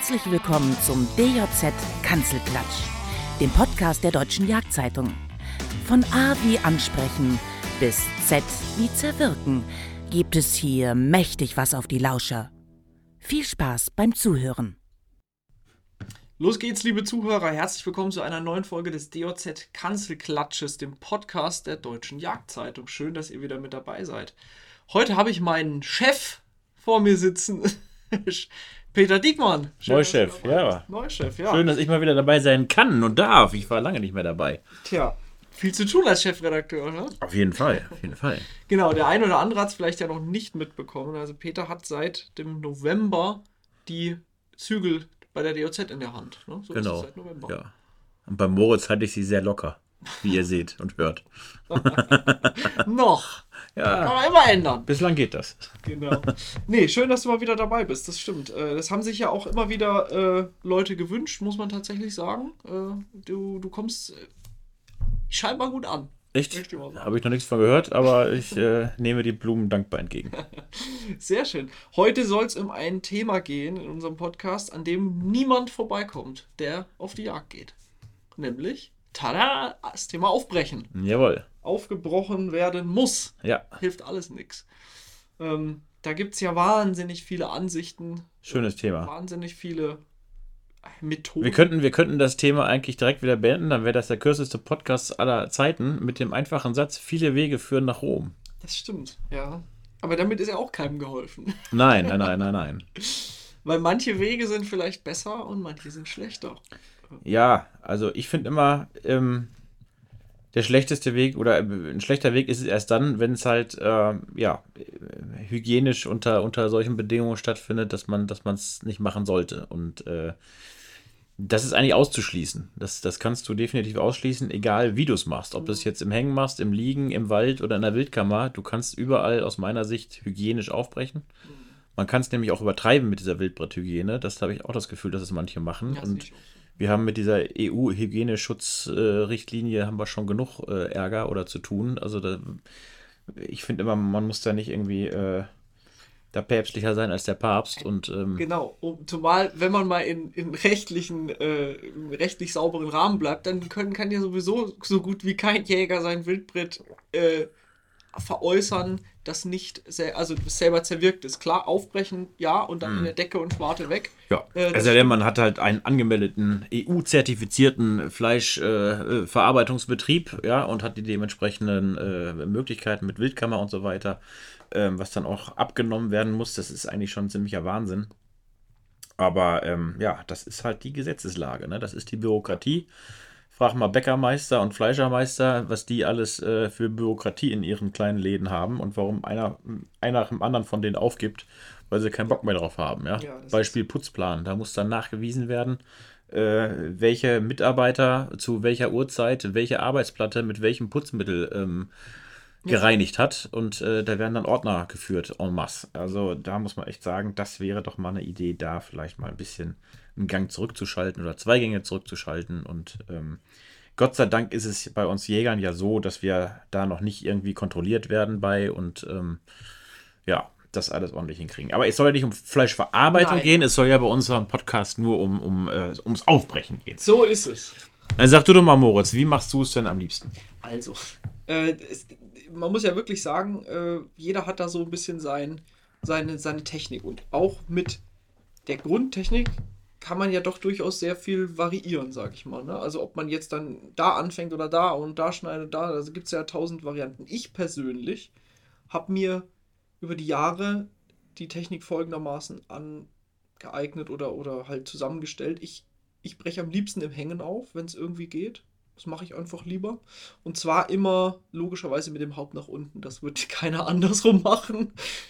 Herzlich willkommen zum DJZ Kanzelklatsch, dem Podcast der Deutschen Jagdzeitung. Von A wie Ansprechen bis Z wie Zerwirken gibt es hier mächtig was auf die Lauscher. Viel Spaß beim Zuhören. Los geht's, liebe Zuhörer. Herzlich willkommen zu einer neuen Folge des DJZ Kanzelklatsches, dem Podcast der Deutschen Jagdzeitung. Schön, dass ihr wieder mit dabei seid. Heute habe ich meinen Chef vor mir sitzen, Peter Diekmann. Schön, Neuchef, ja. Neuchef, ja. Schön, dass ich mal wieder dabei sein kann und darf. Ich war lange nicht mehr dabei. Tja, viel zu tun als Chefredakteur, ne? Auf jeden Fall, auf jeden Fall. Genau, der eine oder andere hat es vielleicht ja noch nicht mitbekommen. Also Peter hat seit dem November die Zügel bei der DJZ in der Hand. Ne? So Genau, ist es seit November. ja. Und bei Moritz hatte ich sie sehr locker, wie ihr seht und hört. Noch. Ja, Kann man immer ändern. bislang geht das. Genau. Nee, schön, dass du mal wieder dabei bist, das stimmt. Das haben sich ja auch immer wieder Leute gewünscht, muss man tatsächlich sagen. Du kommst scheinbar gut an. Echt? Möchte ich mal sagen. Habe ich noch nichts von gehört, aber ich nehme die Blumen dankbar entgegen. Sehr schön. Heute soll es um ein Thema gehen in unserem Podcast, an dem niemand vorbeikommt, der auf die Jagd geht. Nämlich, tada, das Thema Aufbrechen. Jawohl. Aufgebrochen werden muss. Ja, Hilft alles nichts. Da gibt es ja wahnsinnig viele Ansichten. schönes Thema. Wahnsinnig viele Methoden. Wir könnten das Thema eigentlich direkt wieder beenden, dann wäre das der kürzeste Podcast aller Zeiten mit dem einfachen Satz, viele Wege führen nach Rom. Das stimmt, ja. Aber damit ist ja auch keinem geholfen. Nein, nein, nein, nein, nein. Weil manche Wege sind vielleicht besser und manche sind schlechter. Ja, also ich finde immer, der schlechteste Weg oder ein schlechter Weg ist es erst dann, wenn es halt hygienisch unter solchen Bedingungen stattfindet, dass man es nicht machen sollte. Und das ist eigentlich auszuschließen. Das kannst du definitiv ausschließen, egal wie du es machst. Ob du es jetzt im Hängen machst, im Liegen, im Wald oder in der Wildkammer. Du kannst überall aus meiner Sicht hygienisch aufbrechen. Man kann es nämlich auch übertreiben mit dieser Wildbretthygiene. Das habe ich auch das Gefühl, dass es manche machen. Ja, Und sehe ich auch so. wir haben mit dieser EU-Hygieneschutzrichtlinie haben wir schon genug Ärger oder zu tun. Also ich finde immer, man muss da nicht irgendwie da päpstlicher sein als der Papst. Und Genau, zumal wenn man mal in rechtlich sauberen Rahmen bleibt, dann kann ja sowieso so gut wie kein Jäger sein Wildbret veräußern, das nicht selber zerwirkt ist. Klar, aufbrechen, ja, und dann in der Decke und Schwarte weg. ja, das also man hat halt einen angemeldeten EU-zertifizierten Fleischverarbeitungsbetrieb, ja, und hat die dementsprechenden Möglichkeiten mit Wildkammer und so weiter, was dann auch abgenommen werden muss. Das ist eigentlich schon ein ziemlicher Wahnsinn. Aber das ist halt die Gesetzeslage, ne? Das ist die Bürokratie. Frag mal Bäckermeister und Fleischermeister, was die alles für Bürokratie in ihren kleinen Läden haben und warum einer nach dem anderen von denen aufgibt, weil sie keinen Bock mehr drauf haben. Ja? Ja, das Beispiel Putzplan. Da muss dann nachgewiesen werden, welche Mitarbeiter zu welcher Uhrzeit welche Arbeitsplatte mit welchem Putzmittel gereinigt hat. Und da werden dann Ordner geführt en masse. Also da muss man echt sagen, das wäre doch mal eine Idee, da vielleicht mal ein bisschen einen Gang zurückzuschalten oder 2 Gänge zurückzuschalten. Und Gott sei Dank ist es bei uns Jägern ja so, dass wir da noch nicht irgendwie kontrolliert werden bei und das alles ordentlich hinkriegen. Aber es soll ja nicht um Fleischverarbeitung Nein. gehen, es soll ja bei unserem Podcast nur ums Aufbrechen gehen. So ist es. Dann sag du doch mal, Moritz, wie machst du es denn am liebsten? Also, man muss ja wirklich sagen, jeder hat da so ein bisschen seine Technik. Und auch mit der Grundtechnik kann man ja doch durchaus sehr viel variieren, sag ich mal. Ne? Also ob man jetzt dann da anfängt oder da und da schneidet, da, also gibt es ja 1000 Varianten. Ich persönlich habe mir über die Jahre die Technik folgendermaßen angeeignet oder halt zusammengestellt. Ich breche am liebsten im Hängen auf, wenn es irgendwie geht. Das mache ich einfach lieber. Und zwar immer logischerweise mit dem Haupt nach unten. Das wird keiner andersrum machen.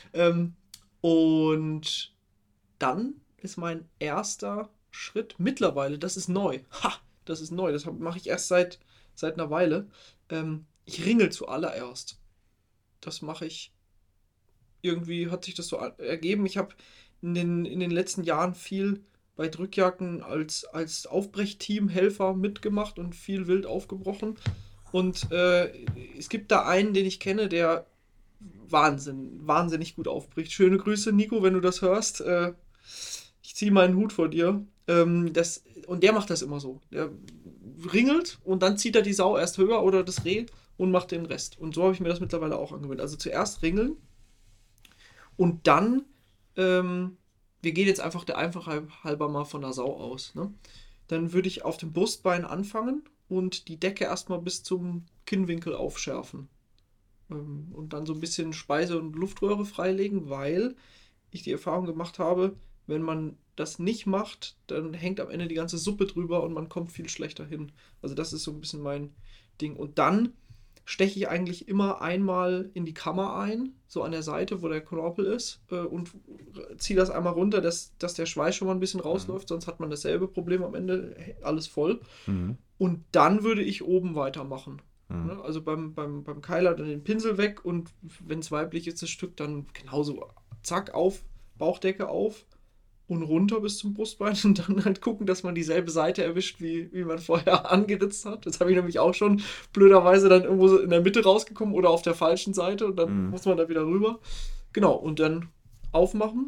Und dann ist mein erster Schritt mittlerweile, das ist neu. Das ist neu. Das mache ich erst seit einer Weile. Ich ringel zuallererst. Das mache ich. Irgendwie hat sich das so ergeben. Ich habe in den letzten Jahren viel bei Drückjagden als Aufbrechteam, Helfer mitgemacht und viel wild aufgebrochen. Und es gibt da einen, den ich kenne, der wahnsinnig gut aufbricht. Schöne Grüße, Nico, wenn du das hörst. ich ziehe meinen Hut vor dir. Und der macht das immer so. Der ringelt und dann zieht er die Sau erst höher oder das Reh und macht den Rest. Und so habe ich mir das mittlerweile auch angewöhnt. Also zuerst ringeln und dann, wir gehen jetzt einfach der Einfachheit halber mal von der Sau aus. Ne? Dann würde ich auf dem Brustbein anfangen und die Decke erstmal bis zum Kinnwinkel aufschärfen. Und dann so ein bisschen Speise- und Luftröhre freilegen, weil ich die Erfahrung gemacht habe, wenn man das nicht macht, dann hängt am Ende die ganze Suppe drüber und man kommt viel schlechter hin. Also das ist so ein bisschen mein Ding. Und dann steche ich eigentlich immer einmal in die Kammer ein, so an der Seite, wo der Knorpel ist, und ziehe das einmal runter, dass der Schweiß schon mal ein bisschen rausläuft, sonst hat man dasselbe Problem am Ende, alles voll. Und dann würde ich oben weitermachen. Ne? Also beim Keiler dann den Pinsel weg und wenn es weiblich ist, das Stück dann genauso, zack, auf, Bauchdecke auf und runter bis zum Brustbein und dann halt gucken, dass man dieselbe Seite erwischt, wie man vorher angeritzt hat. Das habe ich nämlich auch schon blöderweise dann irgendwo so in der Mitte rausgekommen oder auf der falschen Seite und dann muss man da wieder rüber. Genau, und dann aufmachen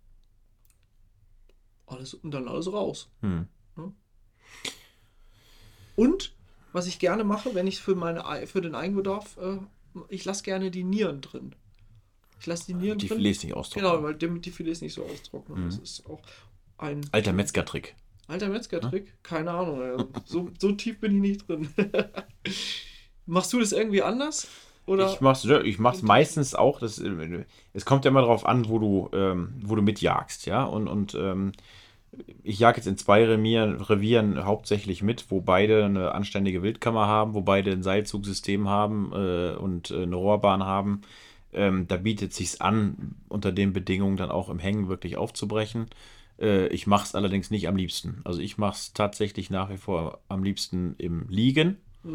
und dann alles raus. Ja. Und was ich gerne mache, wenn ich für den Eigenbedarf, ich lasse gerne die Nieren drin. Ich lasse die Nieren die drin. Die Filets nicht austrocknen. Genau, weil die Filets nicht so austrocknen. Das ist auch ein alter Metzgertrick. Alter Metzgertrick? Keine Ahnung. So tief bin ich nicht drin. Machst du das irgendwie anders? Oder? Ich mach's meistens auch. Es kommt ja immer darauf an, wo du mitjagst, ja. Und ich jage jetzt in 2 Revieren hauptsächlich mit, wo beide eine anständige Wildkammer haben, wo beide ein Seilzugsystem haben und eine Rohrbahn haben. Da bietet sich's an, unter den Bedingungen dann auch im Hängen wirklich aufzubrechen. Ich mache es allerdings nicht am liebsten. Also ich mache es tatsächlich nach wie vor am liebsten im Liegen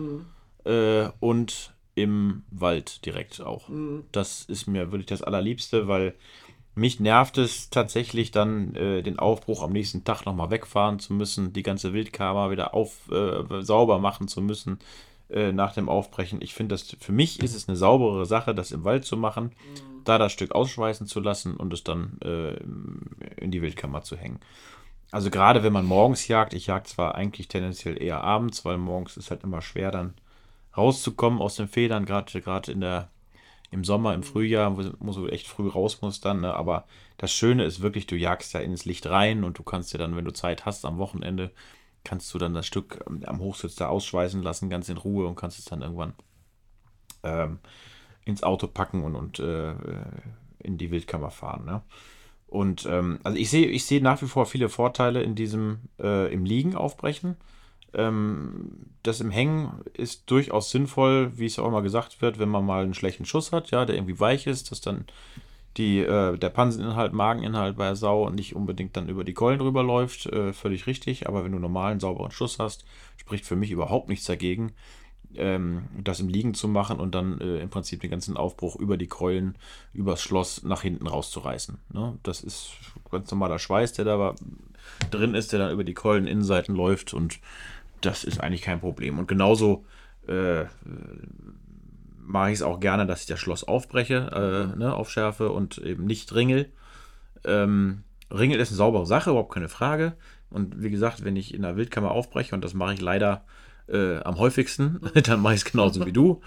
und im Wald direkt auch. Das ist mir wirklich das Allerliebste, weil mich nervt es tatsächlich dann, den Aufbruch am nächsten Tag nochmal wegfahren zu müssen, die ganze Wildkammer wieder sauber machen zu müssen nach dem Aufbrechen. Ich finde, für mich ist es eine sauberere Sache, das im Wald zu machen, da das Stück ausschweißen zu lassen und es dann in die Wildkammer zu hängen. Also gerade wenn man morgens jagt, ich jag zwar eigentlich tendenziell eher abends, weil morgens ist halt immer schwer dann rauszukommen aus den Federn, gerade im Sommer, im Frühjahr, wo du echt früh raus musst dann, ne? Aber das Schöne ist wirklich, du jagst ja ins Licht rein und du kannst dir dann, wenn du Zeit hast, am Wochenende, kannst du dann das Stück am Hochsitz da ausschweißen lassen, ganz in Ruhe und kannst es dann irgendwann ins Auto packen und in die Wildkammer fahren. Ne? Und also ich sehe nach wie vor viele Vorteile in diesem im Liegen aufbrechen. Das im Hängen ist durchaus sinnvoll, wie es ja auch mal gesagt wird, wenn man mal einen schlechten Schuss hat, ja, der irgendwie weich ist, dass dann der Panseninhalt, Mageninhalt bei der Sau nicht unbedingt dann über die Keulen drüber läuft, völlig richtig, aber wenn du normalen, sauberen Schuss hast, spricht für mich überhaupt nichts dagegen, das im Liegen zu machen und dann im Prinzip den ganzen Aufbruch über die Keulen, übers Schloss nach hinten rauszureißen. Ne? Das ist ganz normaler Schweiß, der da drin ist, der dann über die Keulen Innenseiten läuft und das ist eigentlich kein Problem. Und genauso mache ich es auch gerne, dass ich das Schloss aufbreche, aufschärfe und eben nicht ringel. Ringel ist eine saubere Sache, überhaupt keine Frage. Und wie gesagt, wenn ich in der Wildkammer aufbreche, und das mache ich leider am häufigsten, dann mache ich es genauso wie du.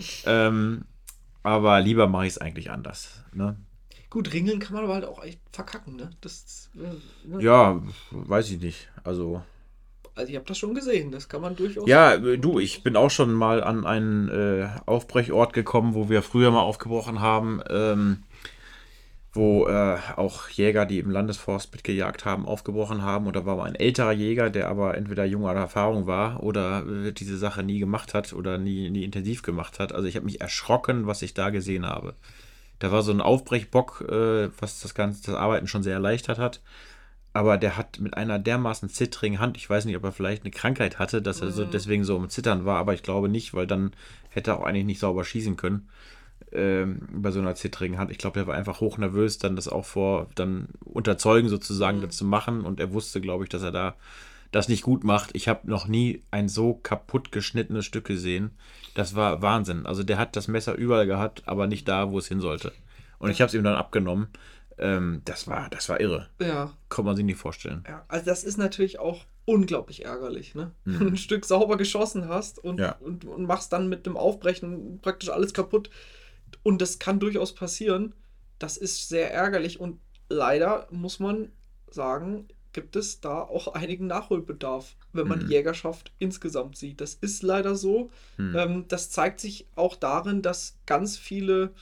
Aber lieber mache ich es eigentlich anders. Ne? Gut, ringeln kann man aber halt auch echt verkacken, ne? Ja, weiß ich nicht. Also ich habe das schon gesehen, das kann man durchaus... Ja, ich bin auch schon mal an einen Aufbrechort gekommen, wo wir früher mal aufgebrochen haben, wo auch Jäger, die im Landesforst mitgejagt haben, aufgebrochen haben. Und da war mal ein älterer Jäger, der aber entweder jung an Erfahrung war oder diese Sache nie gemacht hat oder nie intensiv gemacht hat. Also ich habe mich erschrocken, was ich da gesehen habe. Da war so ein Aufbrechbock, was das Arbeiten schon sehr erleichtert hat. Aber der hat mit einer dermaßen zittrigen Hand, ich weiß nicht, ob er vielleicht eine Krankheit hatte, dass er deswegen so im Zittern war, aber ich glaube nicht, weil dann hätte er auch eigentlich nicht sauber schießen können bei so einer zittrigen Hand. Ich glaube, der war einfach hochnervös, dann das auch dann unter Zeugen sozusagen das zu machen und er wusste, glaube ich, dass er da das nicht gut macht. Ich habe noch nie ein so kaputt geschnittenes Stück gesehen. Das war Wahnsinn. Also der hat das Messer überall gehabt, aber nicht da, wo es hin sollte. Und ich habe es ihm dann abgenommen. Das war irre. Ja. Kann man sich nicht vorstellen. Ja, also das ist natürlich auch unglaublich ärgerlich, ne? Wenn du ein Stück sauber geschossen hast und machst dann mit dem Aufbrechen praktisch alles kaputt. Und das kann durchaus passieren. Das ist sehr ärgerlich und leider muss man sagen, gibt es da auch einigen Nachholbedarf, wenn man die Jägerschaft insgesamt sieht. Das ist leider so. Das zeigt sich auch darin, dass ganz viele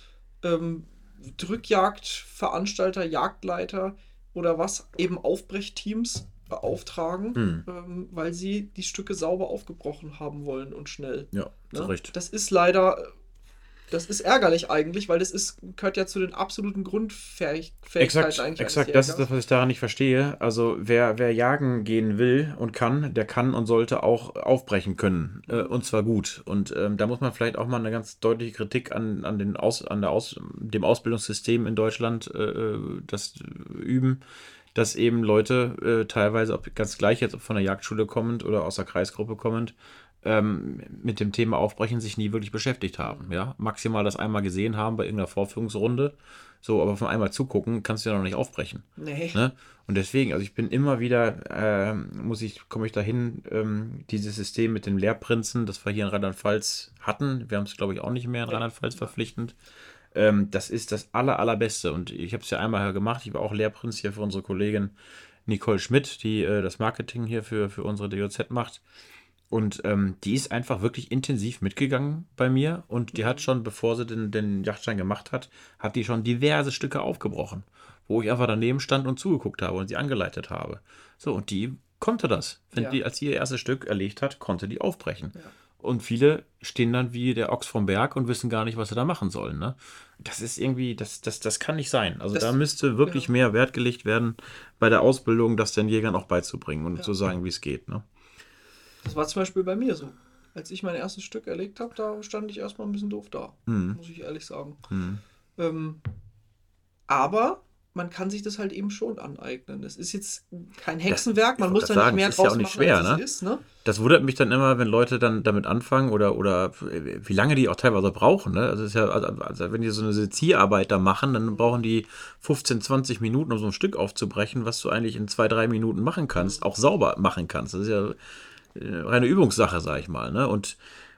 Drückjagdveranstalter, Jagdleiter oder was eben Aufbrechteams beauftragen, weil sie die Stücke sauber aufgebrochen haben wollen und schnell. Ja, zu Recht. Das ist leider, das ist ärgerlich eigentlich, weil das gehört ja zu den absoluten Grundfähigkeiten eigentlich. Exakt, das ist das, was ich daran nicht verstehe. Also wer jagen gehen will und kann, der kann und sollte auch aufbrechen können. Und zwar gut. Und da muss man vielleicht auch mal eine ganz deutliche Kritik an dem Ausbildungssystem in Deutschland das üben, dass eben Leute teilweise, ob ganz gleich jetzt von der Jagdschule kommend oder aus der Kreisgruppe kommend, mit dem Thema Aufbrechen sich nie wirklich beschäftigt haben. Ja? Maximal das einmal gesehen haben bei irgendeiner Vorführungsrunde. So, aber von einmal zugucken kannst du ja noch nicht aufbrechen. Nee. Ne? Und deswegen, also ich bin immer wieder, komme ich dahin, dieses System mit dem Lehrprinzen, das wir hier in Rheinland-Pfalz hatten, wir haben es glaube ich auch nicht mehr in Rheinland-Pfalz verpflichtend. Das ist das Allerbeste. Und ich habe es ja einmal gemacht. Ich war auch Lehrprinz hier für unsere Kollegin Nicole Schmidt, die das Marketing hier für unsere DOZ macht. Und die ist einfach wirklich intensiv mitgegangen bei mir. Und die hat schon, bevor sie den Jagdschein gemacht hat die schon diverse Stücke aufgebrochen, wo ich einfach daneben stand und zugeguckt habe und sie angeleitet habe. So, und die konnte das. Als sie ihr erstes Stück erlegt hat, konnte die aufbrechen. Ja. Und viele stehen dann wie der Ochs vom Berg und wissen gar nicht, was sie da machen sollen. Ne? Das ist irgendwie, das kann nicht sein. Also da müsste wirklich mehr Wert gelegt werden bei der Ausbildung, das den Jägern auch beizubringen und zu sagen, wie es geht. Ne? Das war zum Beispiel bei mir so. Als ich mein erstes Stück erlegt habe, da stand ich erstmal ein bisschen doof da. Muss ich ehrlich sagen. Aber man kann sich das halt eben schon aneignen. Das ist jetzt kein Hexenwerk, man muss da nicht mehr draus machen, schwer, als es ist. Ne? Das wundert mich dann immer, wenn Leute dann damit anfangen oder wie lange die auch teilweise brauchen. Ne? Also, also wenn die so eine Sezierarbeit da machen, dann brauchen die 15, 20 Minuten, um so ein Stück aufzubrechen, was du eigentlich in 2-3 Minuten machen kannst, auch sauber machen kannst. Das ist ja reine Übungssache, sag ich mal. Ne? Und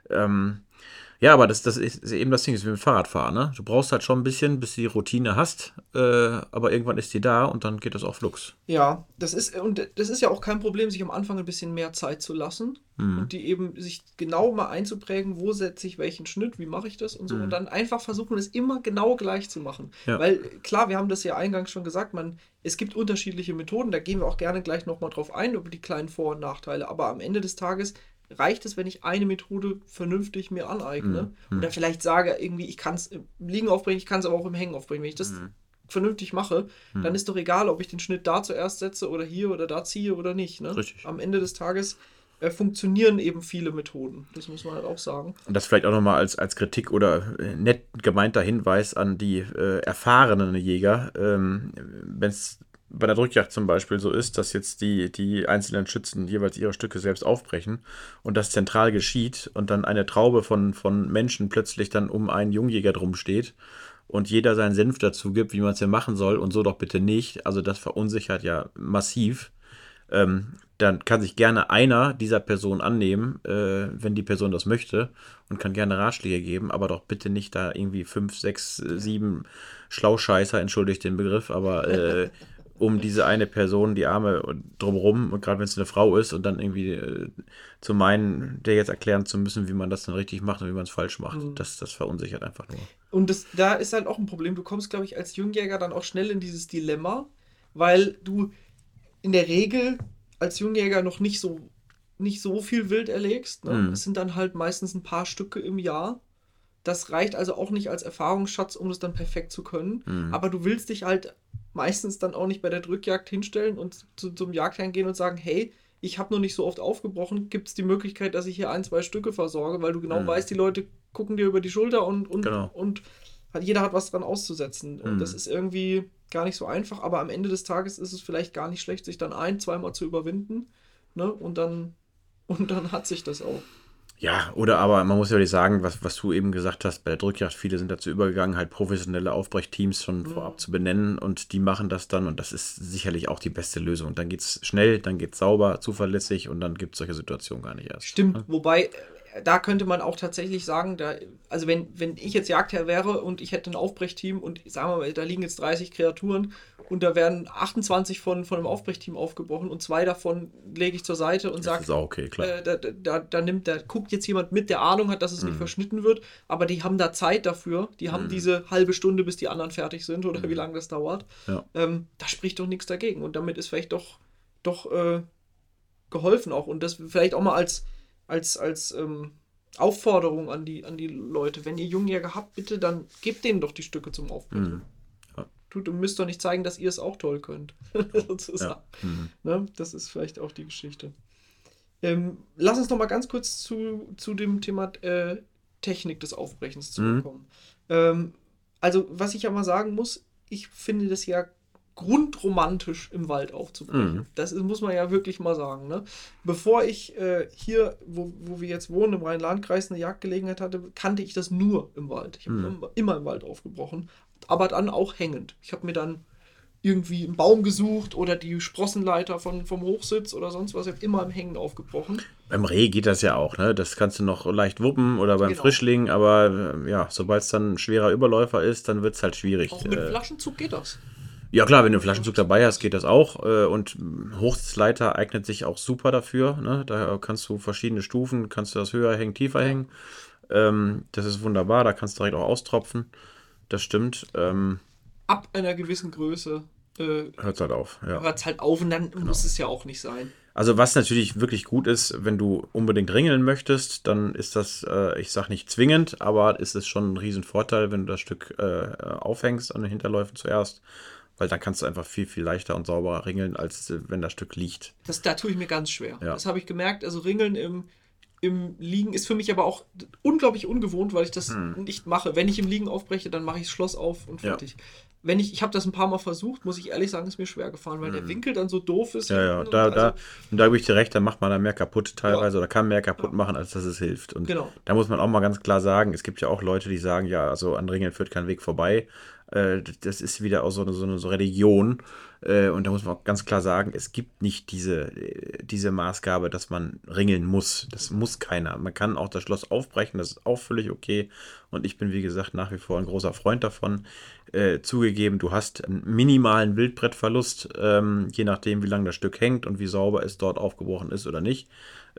ja, aber das ist eben das Ding, das ist wie mit dem Fahrradfahren. Ne? Du brauchst halt schon ein bisschen, bis du die Routine hast, aber irgendwann ist die da und dann geht das auch flugs. Ja, das ist ja auch kein Problem, sich am Anfang ein bisschen mehr Zeit zu lassen und die eben sich genau mal einzuprägen, wo setze ich welchen Schnitt, wie mache ich das und so und dann einfach versuchen, es immer genau gleich zu machen. Ja. Weil klar, wir haben das ja eingangs schon gesagt, es gibt unterschiedliche Methoden, da gehen wir auch gerne gleich nochmal drauf ein, über die kleinen Vor- und Nachteile, aber am Ende des Tages reicht es, wenn ich eine Methode vernünftig mir aneigne oder vielleicht sage, irgendwie, ich kann es im Liegen aufbringen, ich kann es aber auch im Hängen aufbringen. Wenn ich das vernünftig mache, dann ist doch egal, ob ich den Schnitt da zuerst setze oder hier oder da ziehe oder nicht. Ne? Richtig. Am Ende des Tages funktionieren eben viele Methoden. Das muss man halt auch sagen. Und das vielleicht auch nochmal als Kritik oder nett gemeinter Hinweis an die erfahrenen Jäger, wenn es bei der Drückjagd zum Beispiel so ist, dass jetzt die einzelnen Schützen jeweils ihre Stücke selbst aufbrechen und das zentral geschieht und dann eine Traube von Menschen plötzlich dann um einen Jungjäger drum steht und jeder seinen Senf dazu gibt, wie man es ja machen soll und so doch bitte nicht. Also das verunsichert ja massiv. Dann kann sich gerne einer dieser Personen annehmen, wenn die Person das möchte und kann gerne Ratschläge geben, aber doch bitte nicht da irgendwie 5, 6, 7 Schlauscheißer, entschuldigt den Begriff, aber um diese eine Person, die Arme drumherum, und gerade wenn es eine Frau ist und dann irgendwie zu meinen, der jetzt erklären zu müssen, wie man das dann richtig macht und wie man es falsch macht. Das verunsichert einfach nur. Und da ist halt auch ein Problem. Du kommst, glaube ich, als Jungjäger dann auch schnell in dieses Dilemma, weil du in der Regel als Jungjäger noch nicht so viel Wild erlegst. Ne? Es sind dann halt meistens ein paar Stücke im Jahr. Das reicht also auch nicht als Erfahrungsschatz, um das dann perfekt zu können. Aber du willst dich halt meistens dann auch nicht bei der Drückjagd hinstellen und zum Jagdherrn gehen und sagen, hey, ich habe noch nicht so oft aufgebrochen, gibt es die Möglichkeit, dass ich hier 1, 2 Stücke versorge, weil du genau weißt, die Leute gucken dir über die Schulter und jeder hat was dran auszusetzen. Und das ist irgendwie gar nicht so einfach, aber am Ende des Tages ist es vielleicht gar nicht schlecht, sich dann 1-, 2-mal zu überwinden, ne? Und dann hat sich das auch. Ja, oder aber man muss ja wirklich sagen, was du eben gesagt hast, bei der Drückjagd, viele sind dazu übergegangen, halt professionelle Aufbrechteams schon vorab zu benennen und die machen das dann und das ist sicherlich auch die beste Lösung. Dann geht's schnell, dann geht's sauber, zuverlässig und dann gibt es solche Situationen gar nicht erst. Stimmt, wobei, da könnte man auch tatsächlich sagen, also wenn ich jetzt Jagdherr wäre und ich hätte ein Aufbrechteam und sagen wir mal, da liegen jetzt 30 Kreaturen und da werden 28 von einem Aufbrechteam aufgebrochen und 2 davon lege ich zur Seite und sage, Das ist auch okay, klar. da guckt jetzt jemand mit, der Ahnung hat, dass es nicht verschnitten wird, aber die haben da Zeit dafür, die haben diese halbe Stunde, bis die anderen fertig sind oder wie lange das dauert. Ja. Da spricht doch nichts dagegen und damit ist vielleicht doch geholfen auch und das vielleicht auch mal als Aufforderung an die Leute, wenn ihr Jungjäger habt, bitte, dann gebt denen doch die Stücke zum Aufbrechen. Ja. Du müsst doch nicht zeigen, dass ihr es auch toll könnt. Sozusagen. Ne? Das ist vielleicht auch die Geschichte. Lass uns noch mal ganz kurz zu dem Thema Technik des Aufbrechens zurückkommen. Also, was ich ja mal sagen muss, ich finde das ja grundromantisch im Wald aufzubrechen. Das muss man ja wirklich mal sagen. Ne? Bevor ich hier, wo wir jetzt wohnen, im Rhein-Lahn-Kreis, eine Jagdgelegenheit hatte, kannte ich das nur im Wald. Ich habe immer im Wald aufgebrochen, aber dann auch hängend. Ich habe mir dann irgendwie einen Baum gesucht oder die Sprossenleiter vom Hochsitz oder sonst was. Ich habe immer im Hängen aufgebrochen. Beim Reh geht das ja auch, ne? Das kannst du noch leicht wuppen oder beim Genau. Frischling, aber ja, sobald es dann ein schwerer Überläufer ist, dann wird es halt schwierig. Auch mit Flaschenzug geht das. Ja klar, wenn du einen Flaschenzug dabei hast, geht das auch. Und Hochsitzleiter eignet sich auch super dafür. Ne? Da kannst du verschiedene Stufen, kannst du das höher hängen, tiefer hängen. Das ist wunderbar, da kannst du direkt auch austropfen. Das stimmt. Ab einer gewissen Größe Hört halt auf. Ja. hört es halt auf und dann muss es ja auch nicht sein. Also was natürlich wirklich gut ist, wenn du unbedingt ringeln möchtest, dann ist das, ich sag nicht zwingend, aber ist es schon ein Riesenvorteil, wenn du das Stück aufhängst an den Hinterläufen zuerst, weil dann kannst du einfach viel, viel leichter und sauberer ringeln, als wenn das Stück liegt. Da tue ich mir ganz schwer. Ja. Das habe ich gemerkt. Also Ringeln im Liegen ist für mich aber auch unglaublich ungewohnt, weil ich das nicht mache. Wenn ich im Liegen aufbreche, dann mache ich das Schloss auf und fertig. Ich habe das ein paar Mal versucht, muss ich ehrlich sagen, ist mir schwer gefallen, weil der Winkel dann so doof ist. Ja, hinten da gebe ich dir recht, da macht man da mehr kaputt teilweise oder kann mehr kaputt machen, als dass es hilft. Und Genau. da muss man auch mal ganz klar sagen, es gibt ja auch Leute, die sagen, ja, also an Ringeln führt kein Weg vorbei. Das ist wieder auch so eine Religion. Und da muss man auch ganz klar sagen, es gibt nicht diese Maßgabe, dass man ringeln muss. Das muss keiner. Man kann auch das Schloss aufbrechen, das ist auch völlig okay. Und ich bin, wie gesagt, nach wie vor ein großer Freund davon. Zugegeben, du hast einen minimalen Wildbrettverlust, je nachdem, wie lange das Stück hängt und wie sauber es dort aufgebrochen ist oder nicht.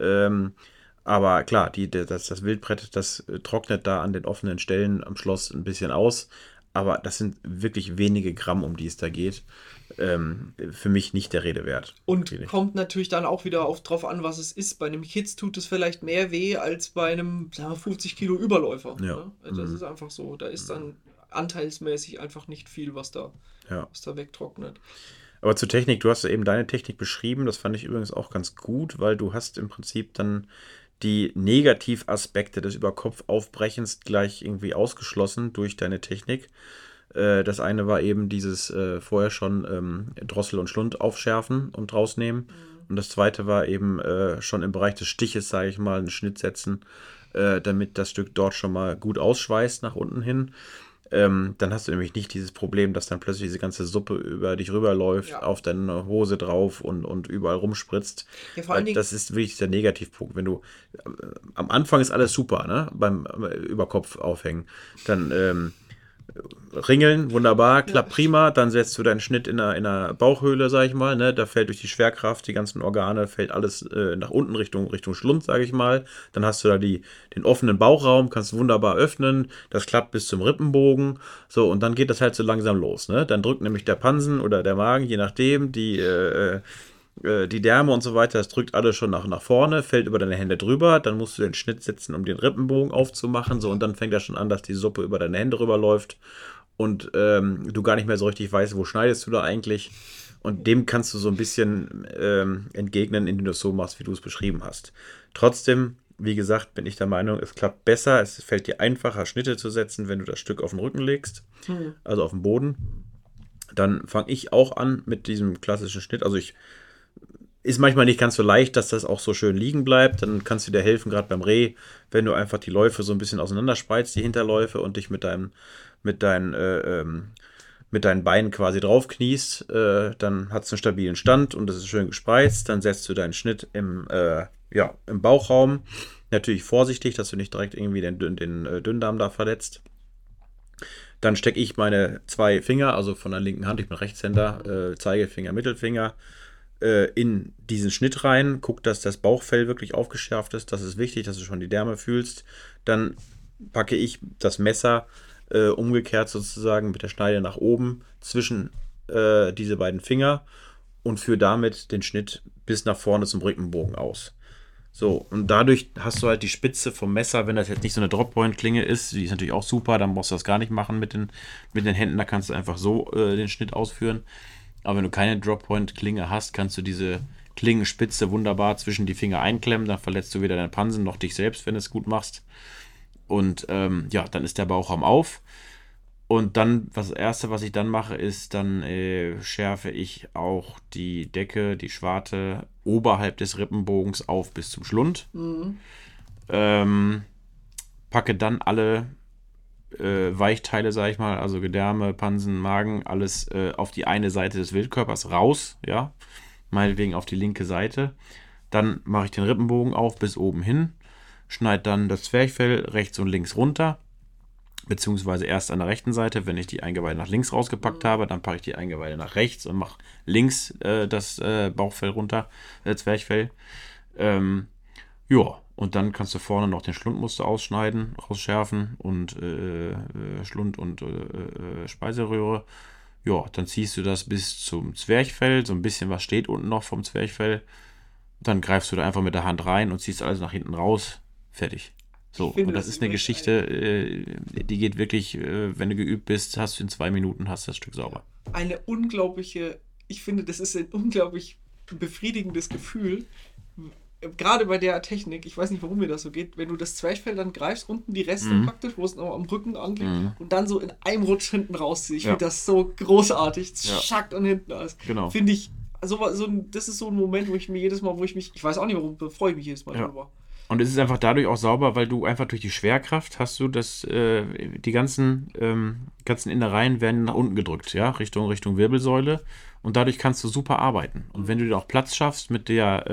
Aber klar, das Wildbrett, das trocknet da an den offenen Stellen am Schloss ein bisschen aus. Aber das sind wirklich wenige Gramm, um die es da geht. Für mich nicht der Rede wert. Und Wirklich. kommt natürlich dann auch wieder drauf an, was es ist. Bei einem Kitz tut es vielleicht mehr weh als bei einem, sagen wir, 50 Kilo Überläufer. Ja. Ne? Also das ist einfach so. Da ist dann anteilsmäßig einfach nicht viel, was da wegtrocknet. Aber zur Technik, du hast ja eben deine Technik beschrieben. Das fand ich übrigens auch ganz gut, weil du hast im Prinzip dann die Negativaspekte des Überkopfaufbrechens gleich irgendwie ausgeschlossen durch deine Technik. Das eine war eben dieses vorher schon Drossel und Schlund aufschärfen und rausnehmen. Und das zweite war eben schon im Bereich des Stiches, sage ich mal, einen Schnitt setzen, damit das Stück dort schon mal gut ausschweißt nach unten hin. Dann hast du nämlich nicht dieses Problem, dass dann plötzlich diese ganze Suppe über dich rüberläuft, auf deine Hose drauf und überall rumspritzt. Ja, vor allen Dingen, das ist wirklich der Negativpunkt. Wenn du am Anfang ist alles super, ne? Beim Überkopf aufhängen. Dann Ringeln, wunderbar, klappt prima. Dann setzt du deinen Schnitt in einer Bauchhöhle, sag ich mal. Ne? Da fällt durch die Schwerkraft, die ganzen Organe, fällt alles nach unten Richtung Schlund, sage ich mal. Dann hast du da den offenen Bauchraum, kannst wunderbar öffnen. Das klappt bis zum Rippenbogen. So, und dann geht das halt so langsam los. Ne? Dann drückt nämlich der Pansen oder der Magen, je nachdem, die Därme und so weiter, das drückt alles schon nach vorne, fällt über deine Hände drüber, dann musst du den Schnitt setzen, um den Rippenbogen aufzumachen, so, und dann fängt das schon an, dass die Suppe über deine Hände rüberläuft und du gar nicht mehr so richtig weißt, wo schneidest du da eigentlich, und dem kannst du so ein bisschen entgegnen, indem du es so machst, wie du es beschrieben hast. Trotzdem, wie gesagt, bin ich der Meinung, es klappt besser, es fällt dir einfacher, Schnitte zu setzen, wenn du das Stück auf den Rücken legst, also auf den Boden. Dann fange ich auch an mit diesem klassischen Schnitt, also ich Ist manchmal nicht ganz so leicht, dass das auch so schön liegen bleibt. Dann kannst du dir helfen, gerade beim Reh, wenn du einfach die Läufe so ein bisschen auseinanderspreizt, die Hinterläufe, und dich mit deinen Beinen quasi draufkniest. Dann hat es einen stabilen Stand und es ist schön gespreizt. Dann setzt du deinen Schnitt im Bauchraum. Natürlich vorsichtig, dass du nicht direkt irgendwie den Dünndarm da verletzt. Dann stecke ich meine 2 Finger, also von der linken Hand, ich bin Rechtshänder, Zeigefinger, Mittelfinger, in diesen Schnitt rein. Guck, dass das Bauchfell wirklich aufgeschärft ist. Das ist wichtig, dass du schon die Därme fühlst. Dann packe ich das Messer umgekehrt sozusagen mit der Schneide nach oben zwischen diese beiden Finger und führe damit den Schnitt bis nach vorne zum Rückenbogen aus. So, und dadurch hast du halt die Spitze vom Messer, wenn das jetzt nicht so eine Droppoint-Klinge ist, die ist natürlich auch super, dann brauchst du das gar nicht machen mit den Händen, da kannst du einfach so den Schnitt ausführen. Aber wenn du keine Droppoint-Klinge hast, kannst du diese Klingenspitze wunderbar zwischen die Finger einklemmen, dann verletzt du weder deinen Pansen noch dich selbst, wenn du es gut machst. Und dann ist der Bauchraum auf. Und dann, das Erste, was ich dann mache, ist, dann schärfe ich auch die Decke, die Schwarte, oberhalb des Rippenbogens auf bis zum Schlund. Packe dann alle Weichteile, sag ich mal, also Gedärme, Pansen, Magen, alles auf die eine Seite des Wildkörpers raus, ja, meinetwegen auf die linke Seite. Dann mache ich den Rippenbogen auf bis oben hin, schneide dann das Zwerchfell rechts und links runter, beziehungsweise erst an der rechten Seite, wenn ich die Eingeweide nach links rausgepackt habe, dann packe ich die Eingeweide nach rechts und mache links das Bauchfell runter, Zwerchfell. Und dann kannst du vorne noch den Schlundmuster ausschneiden, rausschärfen und Schlund und Speiseröhre. Ja, dann ziehst du das bis zum Zwerchfell, so ein bisschen was steht unten noch vom Zwerchfell. Dann greifst du da einfach mit der Hand rein und ziehst alles nach hinten raus. Fertig. So, und das ist eine Geschichte, die geht wirklich, wenn du geübt bist, hast du in 2 Minuten hast das Stück sauber. Ich finde, das ist ein unglaublich befriedigendes Gefühl, gerade bei der Technik, ich weiß nicht, warum mir das so geht, wenn du das Zwerchfell dann greifst, unten die Reste praktisch, wo es noch am Rücken anliegt, und dann so in einem Rutsch hinten rausziehst. Ich finde das so großartig, schackt und hinten alles. Genau. Finde ich, das ist so ein Moment, wo ich mir jedes Mal, ich weiß auch nicht warum, freue ich mich jedes Mal drüber. Und es ist einfach dadurch auch sauber, weil du einfach durch die Schwerkraft hast du die ganzen Innereien werden nach unten gedrückt, ja, Richtung Wirbelsäule, und dadurch kannst du super arbeiten. Und wenn du dir auch Platz schaffst mit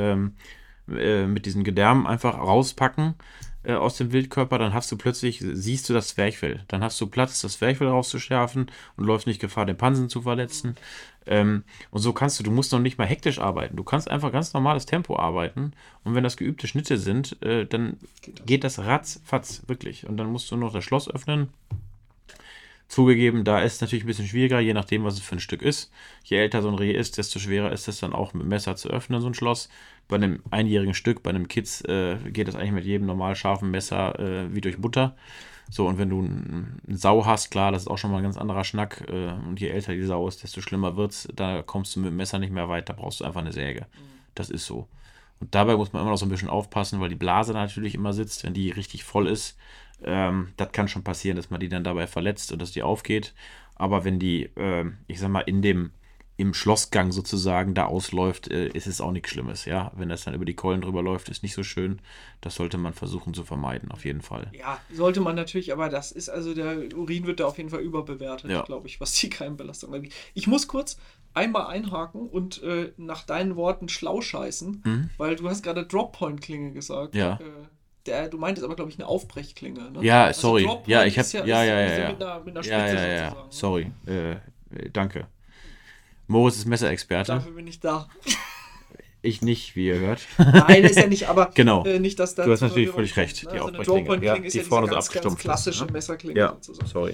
diesen Gedärmen einfach rauspacken aus dem Wildkörper, dann siehst du das Zwerchfell. Dann hast du Platz, das Zwerchfell rauszuschärfen und läufst nicht Gefahr, den Pansen zu verletzen. Und so du musst noch nicht mal hektisch arbeiten. Du kannst einfach ganz normales Tempo arbeiten. Und wenn das geübte Schnitte sind, dann geht das ratzfatz, wirklich. Und dann musst du noch das Schloss öffnen. Zugegeben, da ist es natürlich ein bisschen schwieriger, je nachdem, was es für ein Stück ist. Je älter so ein Reh ist, desto schwerer ist es dann auch mit dem Messer zu öffnen, so ein Schloss. Bei einem einjährigen Stück, bei einem Kids, geht das eigentlich mit jedem normal scharfen Messer wie durch Butter. So, und wenn du eine Sau hast, klar, das ist auch schon mal ein ganz anderer Schnack. Und je älter die Sau ist, desto schlimmer wird's. Da kommst du mit dem Messer nicht mehr weit, da brauchst du einfach eine Säge. Das ist so. Und dabei muss man immer noch so ein bisschen aufpassen, weil die Blase natürlich immer sitzt, wenn die richtig voll ist. Das kann schon passieren, dass man die dann dabei verletzt und dass die aufgeht. Aber wenn die, ich sag mal, im Schlossgang sozusagen da ausläuft, ist es auch nichts Schlimmes. Ja? Wenn das dann über die Keulen drüber läuft, ist nicht so schön. Das sollte man versuchen zu vermeiden, auf jeden Fall. Ja, sollte man natürlich, aber das ist der Urin wird da auf jeden Fall überbewertet, glaube ich, was die Keimbelastung angeht. Ich muss kurz einmal einhaken und nach deinen Worten schlau scheißen, weil du hast gerade Drop-Point-Klinge gesagt. Ja. Du meintest aber, glaube ich, eine Aufbrechklinge. Ne? Ja, sorry. Also ja, ich habe mit einer Spitze sozusagen. Sorry. Danke. Moritz ist Messerexperte. Dafür bin ich da. Ich nicht, wie ihr hört. Nein, ist ja nicht, aber genau. Nicht, dass da. Du hast natürlich völlig recht. Ne? Die also eine Drop-Point-Klinge ist die ja vorne diese so ganz klassische ne? Messerklinge sozusagen. Sorry.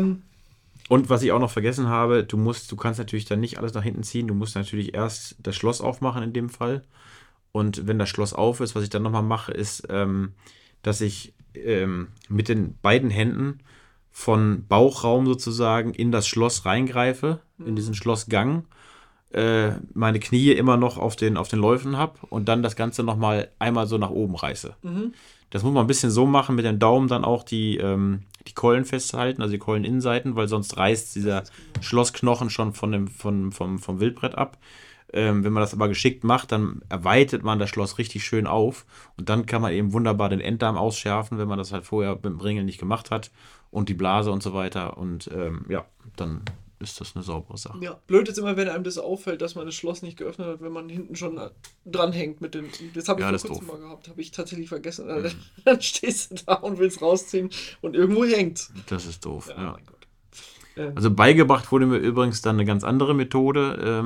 Und was ich auch noch vergessen habe, du kannst natürlich dann nicht alles nach hinten ziehen. Du musst natürlich erst das Schloss aufmachen in dem Fall. Und wenn das Schloss auf ist, was ich dann nochmal mache, ist, dass ich mit den beiden Händen von Bauchraum sozusagen in das Schloss reingreife, in diesen Schlossgang, meine Knie immer noch auf den Läufen habe und dann das Ganze nochmal einmal so nach oben reiße. Das muss man ein bisschen so machen, mit dem Daumen dann auch die Keulen festhalten, also die Keuleninnenseiten, weil sonst reißt dieser Schlossknochen schon vom Wildbrett ab. Wenn man das aber geschickt macht, dann erweitert man das Schloss richtig schön auf und dann kann man eben wunderbar den Enddarm ausschärfen, wenn man das halt vorher mit dem Ringel nicht gemacht hat und die Blase und so weiter und dann ist das eine saubere Sache. Ja, blöd ist immer, wenn einem das auffällt, dass man das Schloss nicht geöffnet hat, wenn man hinten schon dranhängt mit den. Das habe ich vor kurzem mal gehabt, habe ich tatsächlich vergessen. Dann stehst du da und willst rausziehen und irgendwo hängt. Das ist doof, ja. Mein Gott. Also beigebracht wurde mir übrigens dann eine ganz andere Methode.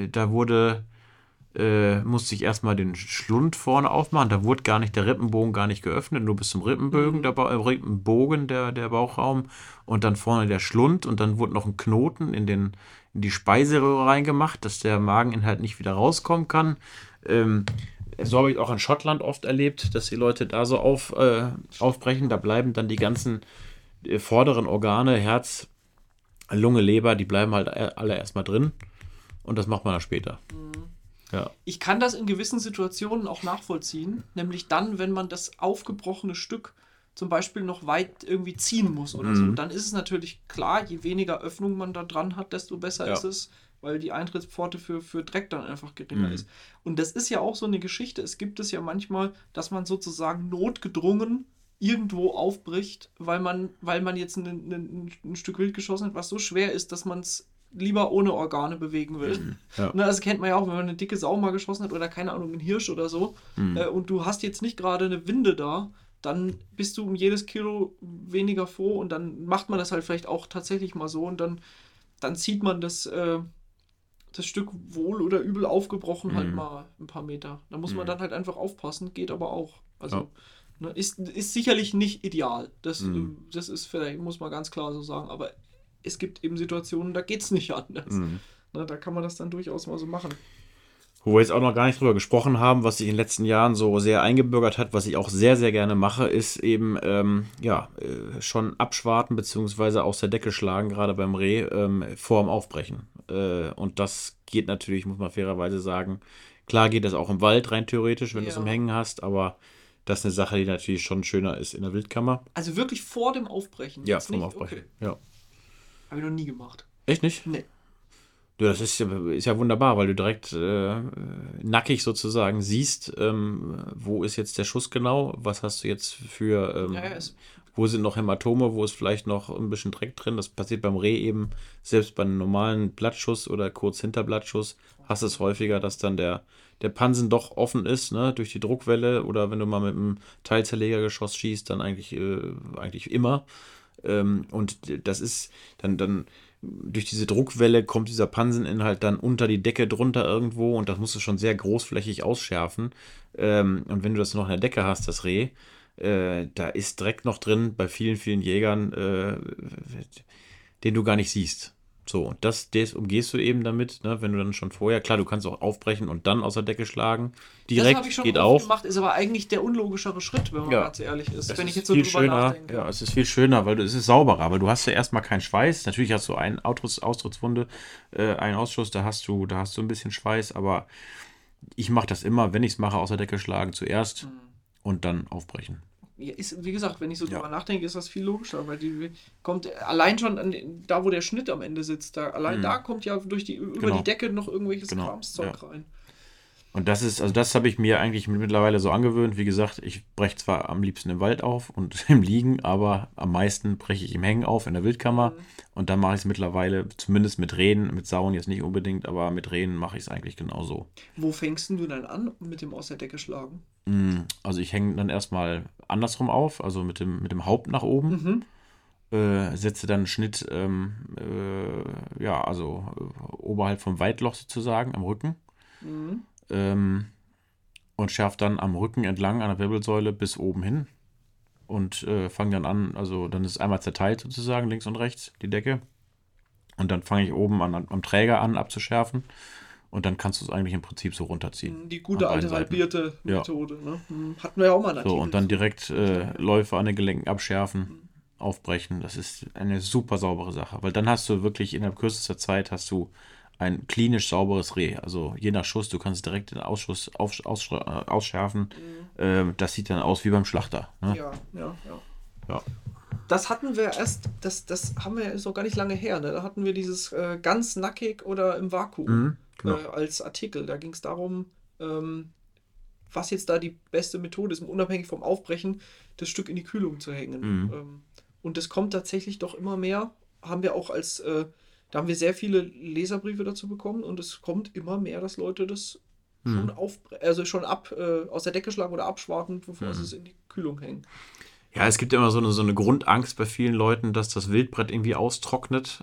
Musste ich erstmal den Schlund vorne aufmachen. Da wurde der Rippenbogen gar nicht geöffnet, nur bis zum Rippenbogen, der Bauchraum und dann vorne der Schlund und dann wurde noch ein Knoten in die Speiseröhre reingemacht, dass der Mageninhalt nicht wieder rauskommen kann. So habe ich auch in Schottland oft erlebt, dass die Leute da so aufbrechen. Da bleiben dann die ganzen vorderen Organe, Herz, Lunge, Leber, die bleiben halt alle erstmal drin und das macht man dann später. Ja. Ich kann das in gewissen Situationen auch nachvollziehen, nämlich dann, wenn man das aufgebrochene Stück zum Beispiel noch weit irgendwie ziehen muss oder so. Dann ist es natürlich klar, je weniger Öffnung man da dran hat, desto besser ist es, weil die Eintrittspforte für Dreck dann einfach geringer ist. Und das ist ja auch so eine Geschichte. Es gibt es ja manchmal, dass man sozusagen notgedrungen irgendwo aufbricht, weil man jetzt ein Stück Wild geschossen hat, was so schwer ist, dass man es lieber ohne Organe bewegen will. Ja. Ne, das kennt man ja auch, wenn man eine dicke Sau mal geschossen hat oder keine Ahnung, ein Hirsch oder so und du hast jetzt nicht gerade eine Winde da, dann bist du um jedes Kilo weniger froh und dann macht man das halt vielleicht auch tatsächlich mal so und dann zieht man das Stück wohl oder übel aufgebrochen halt mal ein paar Meter. Da muss man dann halt einfach aufpassen, geht aber auch. Also ist sicherlich nicht ideal. Das ist vielleicht, muss man ganz klar so sagen, aber es gibt eben Situationen, da geht es nicht anders. Da kann man das dann durchaus mal so machen. Wo wir jetzt auch noch gar nicht drüber gesprochen haben, was sich in den letzten Jahren so sehr eingebürgert hat, was ich auch sehr, sehr gerne mache, ist eben schon abschwarten bzw. aus der Decke schlagen, gerade beim Reh, vorm Aufbrechen. Und das geht natürlich, muss man fairerweise sagen, klar geht das auch im Wald rein theoretisch, wenn du es im Hängen hast, aber das ist eine Sache, die natürlich schon schöner ist in der Wildkammer. Also wirklich vor dem Aufbrechen? Ja, vor dem Aufbrechen, okay. Ja. Habe ich noch nie gemacht. Echt nicht? Nee. Ja, das ist ja wunderbar, weil du direkt nackig sozusagen siehst, wo ist jetzt der Schuss genau, was hast du jetzt für, wo sind noch Hämatome, wo ist vielleicht noch ein bisschen Dreck drin. Das passiert beim Reh eben, selbst bei einem normalen Blattschuss oder kurz hinter Blattschuss, hast du es häufiger, dass dann der Pansen doch offen ist, ne, durch die Druckwelle oder wenn du mal mit einem Teilzerlegergeschoss schießt, dann eigentlich immer. Und das ist dann durch diese Druckwelle kommt dieser Panseninhalt dann unter die Decke drunter irgendwo und das musst du schon sehr großflächig ausschärfen. Und wenn du das noch in der Decke hast, das Reh, da ist Dreck noch drin bei vielen, vielen Jägern, den du gar nicht siehst. So, und das umgehst du eben damit, ne, wenn du dann schon vorher, klar, du kannst auch aufbrechen und dann aus der Decke schlagen. Direkt, das habe ich schon geht auch. Gemacht, ist aber eigentlich der unlogischere Schritt, wenn man ganz ehrlich ist. Wenn ich jetzt so drüber nachdenke. Ja, es ist viel schöner, weil es ist sauberer, weil du hast ja erstmal keinen Schweiß. Natürlich hast du eine Austrittswunde, einen Ausschuss, da hast du ein bisschen Schweiß, aber ich mache das immer, wenn ich es mache, aus der Decke schlagen zuerst und dann aufbrechen. Ja, wie gesagt, wenn ich so drüber nachdenke, ist das viel logischer, weil die kommt allein schon da, wo der Schnitt am Ende sitzt, da kommt ja über die Decke noch irgendwelches Kramszeug rein. Und das habe ich mir eigentlich mittlerweile so angewöhnt. Wie gesagt, ich breche zwar am liebsten im Wald auf und im Liegen, aber am meisten breche ich im Hängen auf, in der Wildkammer. Und dann mache ich es mittlerweile, zumindest mit Rehen, mit Sauen jetzt nicht unbedingt, aber mit Rehen mache ich es eigentlich genauso. Wo fängst du dann an mit dem aus der Decke schlagen? Also ich hänge dann erstmal andersrum auf, also mit dem Haupt nach oben. Setze dann einen Schnitt, oberhalb vom Weitloch sozusagen, am Rücken. Und schärfe dann am Rücken entlang an der Wirbelsäule bis oben hin und fange dann an, also dann ist es einmal zerteilt sozusagen, links und rechts, die Decke. Und dann fange ich oben am Träger an abzuschärfen und dann kannst du es eigentlich im Prinzip so runterziehen. Die gute alte halbierte Methode. Ne? Hatten wir ja auch mal einen Artikel. So, und dann direkt Läufe an den Gelenken abschärfen, aufbrechen. Das ist eine super saubere Sache, weil dann hast du wirklich in der kürzester Zeit ein klinisch sauberes Reh. Also je nach Schuss, du kannst direkt den Ausschuss ausschärfen. Das sieht dann aus wie beim Schlachter. Ne? Ja. Das hatten wir erst, das haben wir ist noch gar nicht lange her, ne? Da hatten wir dieses ganz nackig oder im Vakuum Genau. als Artikel. Da ging es darum, was jetzt da die beste Methode ist, um unabhängig vom Aufbrechen das Stück in die Kühlung zu hängen. Und das kommt tatsächlich doch immer mehr. Haben wir auch da haben wir sehr viele Leserbriefe dazu bekommen und es kommt immer mehr, dass Leute das schon aus der Decke schlagen oder abschwarten, bevor sie es in die Kühlung hängen. Ja, es gibt immer so eine Grundangst bei vielen Leuten, dass das Wildbrett irgendwie austrocknet.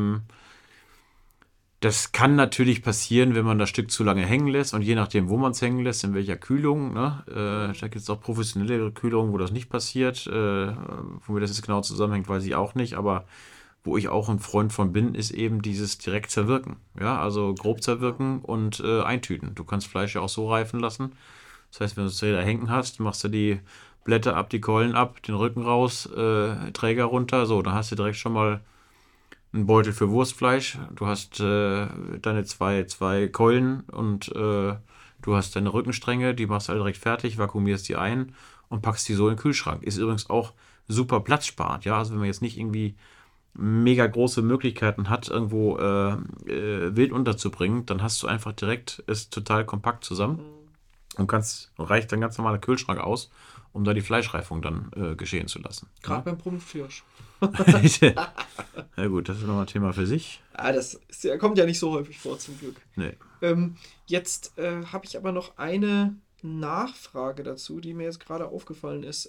Das kann natürlich passieren, wenn man das Stück zu lange hängen lässt und je nachdem, wo man es hängen lässt, in welcher Kühlung. Ne? Da gibt es auch professionelle Kühlungen, wo das nicht passiert. Womit das jetzt genau zusammenhängt, weiß ich auch nicht. Aber wo ich auch ein Freund von bin, ist eben dieses direkt zerwirken. Ja, also grob zerwirken und eintüten. Du kannst Fleisch ja auch so reifen lassen. Das heißt, wenn du es da hängen hast, machst du die Blätter ab, die Keulen ab, den Rücken raus, Träger runter. So, dann hast du direkt schon mal einen Beutel für Wurstfleisch. Du hast deine zwei Keulen und du hast deine Rückenstränge. Die machst du alle direkt fertig, vakuumierst die ein und packst die so in den Kühlschrank. Ist übrigens auch super platzsparend. Ja, also wenn man jetzt nicht irgendwie mega große Möglichkeiten hat, irgendwo wild unterzubringen, dann hast du einfach direkt es total kompakt zusammen und reicht dann ganz normaler Kühlschrank aus, um da die Fleischreifung dann geschehen zu lassen. Gerade beim Prumpfhirsch. Ja gut, das ist nochmal ein Thema für sich. Ja, kommt ja nicht so häufig vor, zum Glück. Nee. Jetzt habe ich aber noch eine Nachfrage dazu, die mir jetzt gerade aufgefallen ist.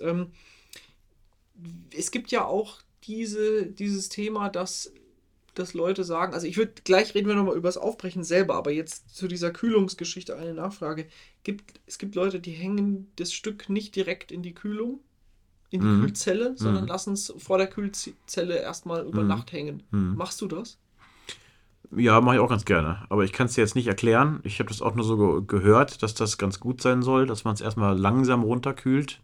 Es gibt ja auch dieses Thema, dass Leute sagen, also gleich reden wir nochmal über das Aufbrechen selber, aber jetzt zu dieser Kühlungsgeschichte eine Nachfrage. Es gibt Leute, die hängen das Stück nicht direkt in die Kühlung, in die Kühlzelle, sondern lassen es vor der Kühlzelle erstmal über Nacht hängen. Machst du das? Ja, mache ich auch ganz gerne. Aber ich kann es dir jetzt nicht erklären. Ich habe das auch nur so gehört, dass das ganz gut sein soll, dass man es erstmal langsam runterkühlt.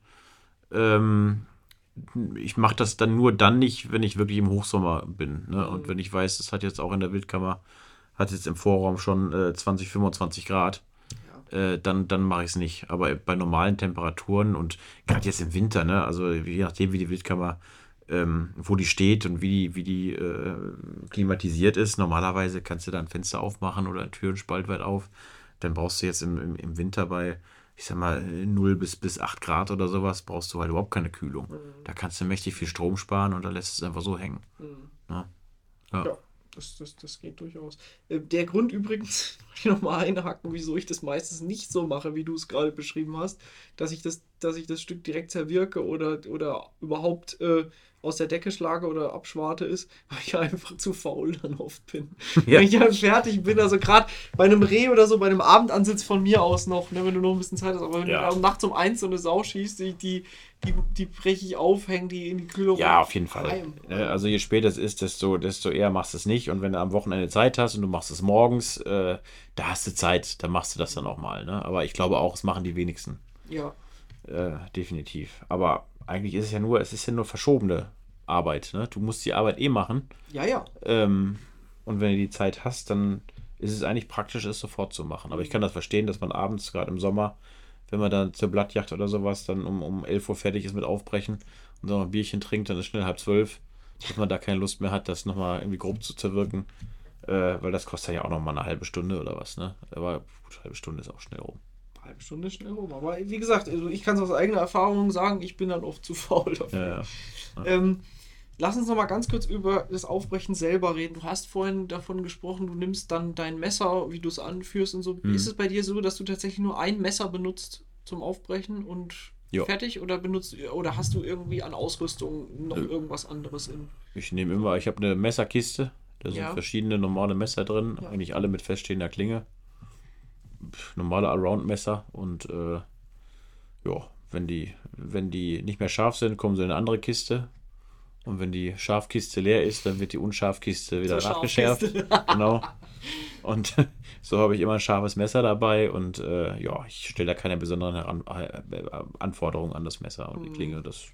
Ich mache das dann nur dann nicht, wenn ich wirklich im Hochsommer bin. Ne? Und wenn ich weiß, das hat jetzt auch in der Wildkammer, hat jetzt im Vorraum schon 20, 25 Grad, dann mache ich es nicht. Aber bei normalen Temperaturen und gerade jetzt im Winter, ne? Also je nachdem, wie die Wildkammer, wo die steht und wie die klimatisiert ist, normalerweise kannst du da ein Fenster aufmachen oder eine Tür spaltweit auf. Dann brauchst du jetzt im Winter bei, ich sag mal, 0 bis 8 Grad oder sowas, brauchst du halt überhaupt keine Kühlung. Da kannst du mächtig viel Strom sparen und dann lässt es einfach so hängen. Ja. Das geht durchaus. Der Grund übrigens, ich nochmal einhaken, wieso ich das meistens nicht so mache, wie du es gerade beschrieben hast, dass ich das Stück direkt zerwirke oder überhaupt aus der Decke schlage oder abschwarte, ist, weil ich einfach zu faul dann oft bin. Ja. Wenn ich dann fertig bin, also gerade bei einem Reh oder so, bei einem Abendansitz von mir aus noch, ne, wenn du noch ein bisschen Zeit hast, aber wenn du nachts um 1 so eine Sau schießt, die breche ich auf, hänge die in die Kühlung. Ja, auf jeden Fall. Also je später es ist, desto eher machst du es nicht. Und wenn du am Wochenende Zeit hast und du machst es morgens, da hast du Zeit, dann machst du das dann auch mal. Ne? Aber ich glaube auch, es machen die wenigsten. Ja. Definitiv. Aber eigentlich ist es ist ja nur verschobene Arbeit. Ne? Du musst die Arbeit machen. Ja. Und wenn du die Zeit hast, dann ist es eigentlich praktisch, es sofort zu machen. Aber ich kann das verstehen, dass man abends, gerade im Sommer, wenn man dann zur Blattjagd oder sowas, dann um 11 Uhr fertig ist mit Aufbrechen und dann noch ein Bierchen trinkt, dann ist schnell 11:30, dass man da keine Lust mehr hat, das nochmal irgendwie grob zu zerwirken. Weil das kostet ja auch nochmal eine halbe Stunde oder was. Ne? Aber gut, eine halbe Stunde ist auch schnell rum. Halbe Stunde schnell rum. Aber wie gesagt, also ich kann es aus eigener Erfahrung sagen, ich bin dann oft zu faul dafür. Ja. Lass uns noch mal ganz kurz über das Aufbrechen selber reden. Du hast vorhin davon gesprochen, du nimmst dann dein Messer, wie du es anführst und so. Ist es bei dir so, dass du tatsächlich nur ein Messer benutzt zum Aufbrechen und fertig? Oder hast du irgendwie an Ausrüstung noch irgendwas anderes in? Ich habe eine Messerkiste, da sind verschiedene normale Messer drin, eigentlich alle mit feststehender Klinge. Normale Around-Messer und wenn die nicht mehr scharf sind, kommen sie in eine andere Kiste. Und wenn die Scharfkiste leer ist, dann wird die Unscharfkiste wieder nachgeschärft. Genau. Und so habe ich immer ein scharfes Messer dabei und ich stelle da keine besonderen Anforderungen an das Messer und die Klinge. Ich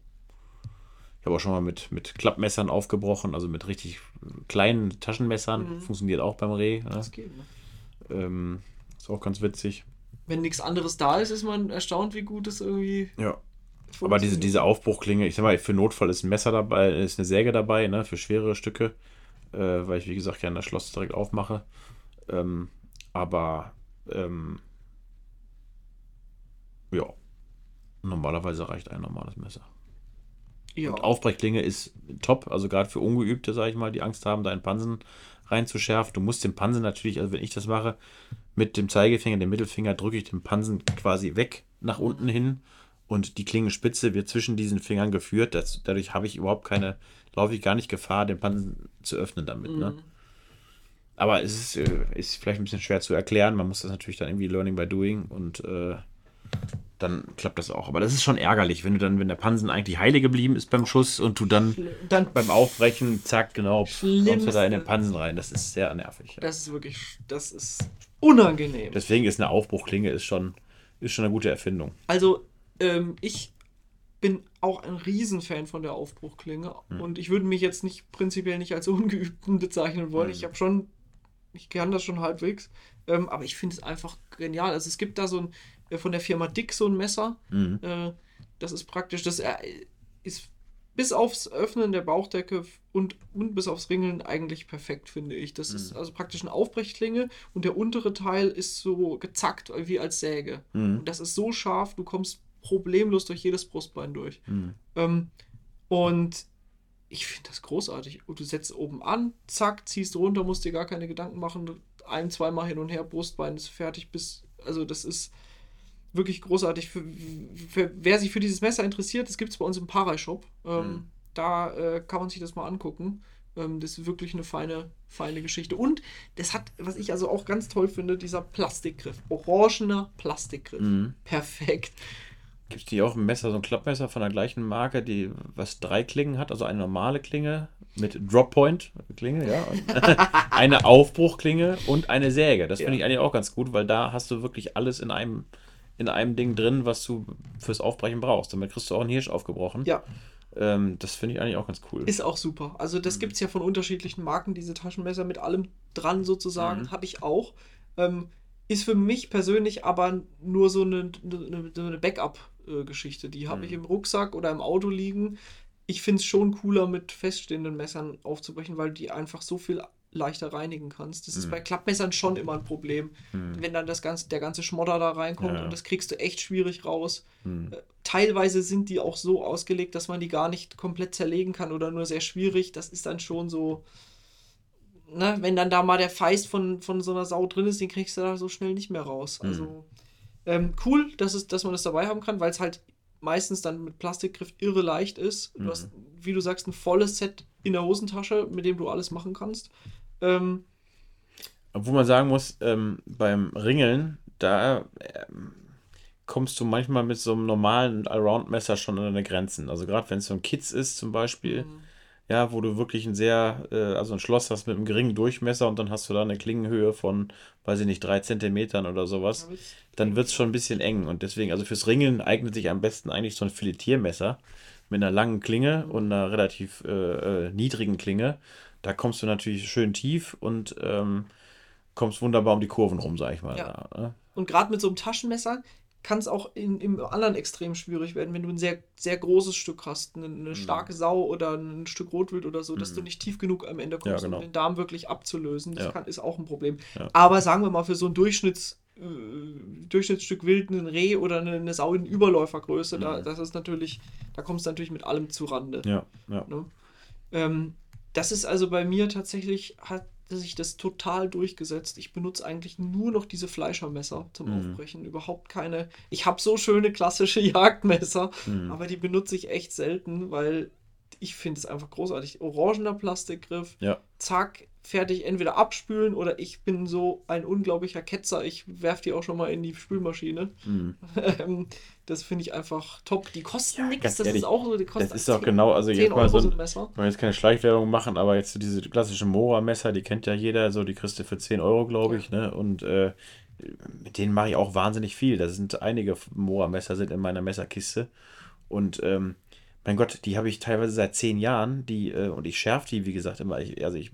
habe auch schon mal mit Klappmessern aufgebrochen, also mit richtig kleinen Taschenmessern. Funktioniert auch beim Reh. Ne? Das geht, ne? Ist auch ganz witzig. Wenn nichts anderes da ist, ist man erstaunt, wie gut es irgendwie Aber diese Aufbruchklinge, ich sag mal, für Notfall ist ein Messer dabei, ist eine Säge dabei, ne, für schwerere Stücke, weil ich, wie gesagt, gerne das Schloss direkt aufmache. Aber ja, normalerweise reicht ein normales Messer. Ja. Und Aufbrechklinge ist top, also gerade für Ungeübte, sag ich mal, die Angst haben, da in Pansen reinzuschärfen. Du musst den Pansen natürlich, also wenn ich das mache, mit dem Zeigefinger, dem Mittelfinger drücke ich den Pansen quasi weg nach unten hin und die Klingenspitze wird zwischen diesen Fingern geführt. Dadurch habe ich laufe ich gar nicht Gefahr, den Pansen zu öffnen damit. Ne? Aber es ist vielleicht ein bisschen schwer zu erklären. Man muss das natürlich dann irgendwie Learning by Doing und dann klappt das auch. Aber das ist schon ärgerlich, wenn der Pansen eigentlich heile geblieben ist beim Schuss und du dann beim Aufbrechen, zack, genau, kommst du da in den Pansen rein. Das ist sehr nervig. Ja. Das ist unangenehm. Deswegen ist eine Aufbruchklinge ist schon eine gute Erfindung. Also, ich bin auch ein Riesenfan von der Aufbruchklinge und ich würde mich jetzt prinzipiell nicht als Ungeübten bezeichnen wollen. Ich kann das schon halbwegs, aber ich finde es einfach genial. Also es gibt da von der Firma Dick so ein Messer. Das ist praktisch, das ist bis aufs Öffnen der Bauchdecke und bis aufs Ringeln eigentlich perfekt, finde ich. Das ist also praktisch eine Aufbrechklinge und der untere Teil ist so gezackt wie als Säge. Und das ist so scharf, du kommst problemlos durch jedes Brustbein durch. Und ich finde das großartig. Und du setzt oben an, zack, ziehst runter, musst dir gar keine Gedanken machen. Zweimal hin und her, Brustbein ist fertig. Also das ist wirklich großartig. Für wer sich für dieses Messer interessiert, das gibt es bei uns im Parashop. Da kann man sich das mal angucken. Das ist wirklich eine feine Geschichte. Und das hat, was ich also auch ganz toll finde, dieser Plastikgriff. Orangener Plastikgriff. Perfekt. Gibt es die auch ein Messer, so ein Klappmesser von der gleichen Marke, was 3 Klingen hat, also eine normale Klinge mit Drop-Point-Klinge, ja, und eine Aufbruchklinge und eine Säge. Das finde ich eigentlich auch ganz gut, weil da hast du wirklich alles in einem Ding drin, was du fürs Aufbrechen brauchst. Damit kriegst du auch einen Hirsch aufgebrochen. Ja. Das finde ich eigentlich auch ganz cool. Ist auch super. Also das gibt es ja von unterschiedlichen Marken, diese Taschenmesser mit allem dran sozusagen, habe ich auch. Ist für mich persönlich aber nur so eine Backup-Geschichte. Die habe ich im Rucksack oder im Auto liegen. Ich finde es schon cooler, mit feststehenden Messern aufzubrechen, weil die einfach so viel leichter reinigen kannst. Das ist bei Klappmessern schon immer ein Problem, wenn dann der ganze Schmodder da reinkommt und das kriegst du echt schwierig raus. Teilweise sind die auch so ausgelegt, dass man die gar nicht komplett zerlegen kann oder nur sehr schwierig. Das ist dann schon so, ne, wenn dann da mal der Feist von so einer Sau drin ist, den kriegst du da so schnell nicht mehr raus. Also cool, dass man das dabei haben kann, weil es halt meistens dann mit Plastikgriff irre leicht ist. Du hast, wie du sagst, ein volles Set in der Hosentasche, mit dem du alles machen kannst. Obwohl man sagen muss, beim Ringeln, da kommst du manchmal mit so einem normalen Allround-Messer schon an deine Grenzen. Also gerade wenn es so ein Kids ist zum Beispiel, ja, wo du wirklich also ein Schloss hast mit einem geringen Durchmesser und dann hast du da eine Klingenhöhe von, weiß ich nicht, 3 Zentimetern oder sowas, dann wird es schon ein bisschen eng. Und deswegen, also fürs Ringeln eignet sich am besten eigentlich so ein Filetiermesser mit einer langen Klinge und einer relativ niedrigen Klinge. Da kommst du natürlich schön tief und kommst wunderbar um die Kurven rum, sag ich mal. Ja. Da, ne? Und gerade mit so einem Taschenmesser kann es auch im anderen Extrem schwierig werden, wenn du ein sehr, sehr großes Stück hast, eine starke Sau oder ein Stück Rotwild oder so, dass du nicht tief genug am Ende kommst, um den Darm wirklich abzulösen. Das ist auch ein Problem. Ja. Aber sagen wir mal, für so ein Durchschnittsstück Wild, ein Reh oder eine Sau in Überläufergröße, da kommst du natürlich mit allem zu Rande. Ja. Ne? Das ist also bei mir tatsächlich, hat sich das total durchgesetzt. Ich benutze eigentlich nur noch diese Fleischermesser zum Aufbrechen. Überhaupt keine. Ich habe so schöne klassische Jagdmesser, aber die benutze ich echt selten, weil ich finde es einfach großartig. Orangener Plastikgriff, zack, fertig, entweder abspülen oder ich bin so ein unglaublicher Ketzer. Ich werfe die auch schon mal in die Spülmaschine. Das finde ich einfach top. Die kosten nichts. Das ist auch so. Das ist auch genau, also jetzt mal so Messer. Ich will jetzt keine Schleichwerbung machen, aber jetzt so diese klassischen Mora-Messer, die kennt ja jeder, so die kriegst du für 10 Euro, glaube ich, ne? Und mit denen mache ich auch wahnsinnig viel. Da sind einige Mora-Messer sind in meiner Messerkiste und mein Gott, die habe ich teilweise seit 10 Jahren, und ich schärfe die, wie gesagt, immer. Ich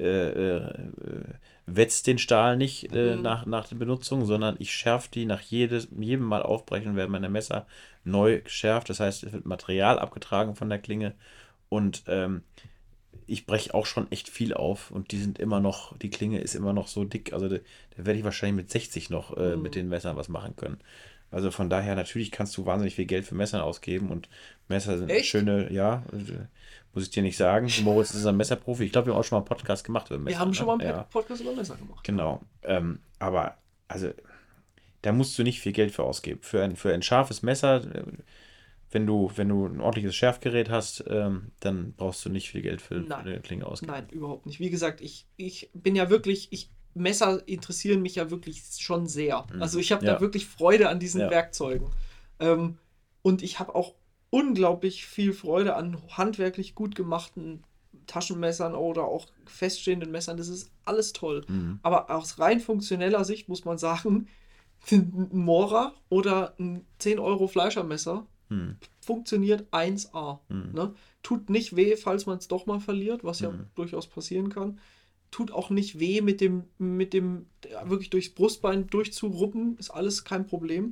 wetz den Stahl nicht nach der Benutzung, sondern ich schärfe die nach jedem Mal aufbrechen, werden meine Messer neu geschärft. Das heißt, es wird Material abgetragen von der Klinge und ich breche auch schon echt viel auf und die Klinge ist immer noch so dick, also da werde ich wahrscheinlich mit 60 noch mit den Messern was machen können. Also von daher, natürlich kannst du wahnsinnig viel Geld für Messer ausgeben und Messer sind Echt? schöne, ja, muss ich dir nicht sagen. Moritz ist ein Messerprofi. Ich glaube, wir haben auch schon mal einen Podcast gemacht über Messer. Wir haben schon mal ne? einen Ja, Podcast über Messer gemacht. genau. Aber, also, da musst du nicht viel Geld für ausgeben. Für ein scharfes Messer, wenn du ein ordentliches Schärfgerät hast, dann brauchst du nicht viel Geld für Nein. eine Klinge ausgeben. Nein, überhaupt nicht. Wie gesagt, ich bin ja wirklich, Messer interessieren mich ja wirklich schon sehr. Also ich habe da Ja. wirklich Freude an diesen Ja. Werkzeugen. Und ich habe auch unglaublich viel Freude an handwerklich gut gemachten Taschenmessern oder auch feststehenden Messern. Das ist alles toll. Aber aus rein funktioneller Sicht muss man sagen, ein Mora oder ein 10 € Fleischermesser funktioniert 1A. Ne? Tut nicht weh, falls man es doch mal verliert, was ja durchaus passieren kann. Tut auch nicht weh, mit dem wirklich durchs Brustbein durchzuruppen, ist alles kein Problem.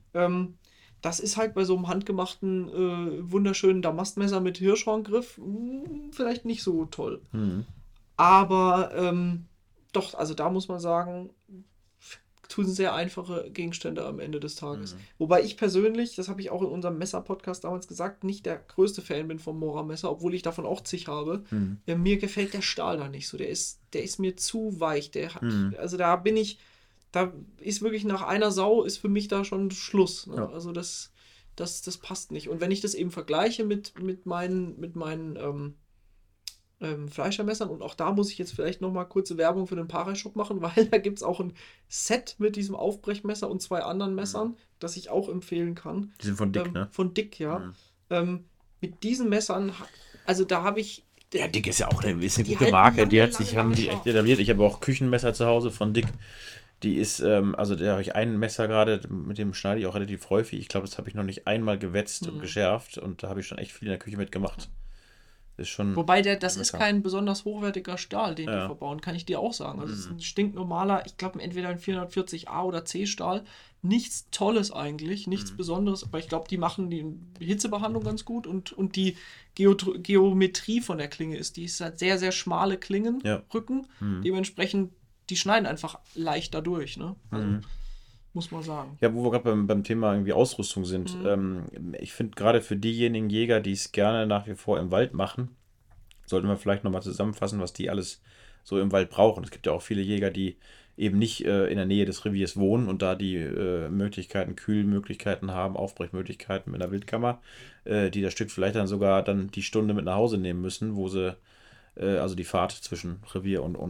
Das ist halt bei so einem handgemachten, wunderschönen Damastmesser mit Hirschhorngriff vielleicht nicht so toll. Aber doch, also da muss man sagen, tun sehr einfache Gegenstände am Ende des Tages. Wobei ich persönlich, das habe ich auch in unserem Messer-Podcast damals gesagt, nicht der größte Fan bin vom Mora-Messer, obwohl ich davon auch zig habe. Mir gefällt der Stahl da nicht so. Der ist mir zu weich. Also da ist wirklich nach einer Sau ist für mich da schon Schluss. Ne? Ja. Also das passt nicht. Und wenn ich das eben vergleiche mit meinen Fleischermessern, und auch da muss ich jetzt vielleicht nochmal kurze Werbung für den Parashop machen, weil da gibt es auch ein Set mit diesem Aufbrechmesser und 2 anderen Messern, das ich auch empfehlen kann. Die sind von Dick, ne? Von Dick, ja. Mit diesen Messern, also da habe ich... Ja, Dick ist ja auch eine gute halten Marke, lange, haben die lange echt etabliert. Ich habe auch Küchenmesser zu Hause von Dick. Die ist, also da habe ich ein Messer gerade, mit dem schneide ich auch relativ häufig. Ich glaube, das habe ich noch nicht einmal gewetzt und geschärft und da habe ich schon echt viel in der Küche mitgemacht. Ist schon. Wobei das ist lecker. kein besonders hochwertiger Stahl, den die Ja. verbauen, kann ich dir auch sagen. Also es ist ein stinknormaler, ich glaube entweder ein 440A oder C Stahl. Nichts Tolles eigentlich, nichts Besonderes, aber ich glaube, die machen die Hitzebehandlung ganz gut und die Geometrie von der Klinge die ist halt sehr, sehr schmale Klingen, Ja. Rücken. Dementsprechend, die schneiden einfach leichter durch, ne? Also, muss man sagen. Ja, wo wir gerade beim Thema irgendwie Ausrüstung sind. Ich finde gerade für diejenigen Jäger, die es gerne nach wie vor im Wald machen, sollten wir vielleicht nochmal zusammenfassen, was die alles so im Wald brauchen. Es gibt ja auch viele Jäger, die eben nicht in der Nähe des Reviers wohnen und da die Kühlmöglichkeiten haben, Aufbrechmöglichkeiten mit einer Wildkammer, die das Stück vielleicht dann sogar die Stunde mit nach Hause nehmen müssen, wo sie, also die Fahrt zwischen Revier und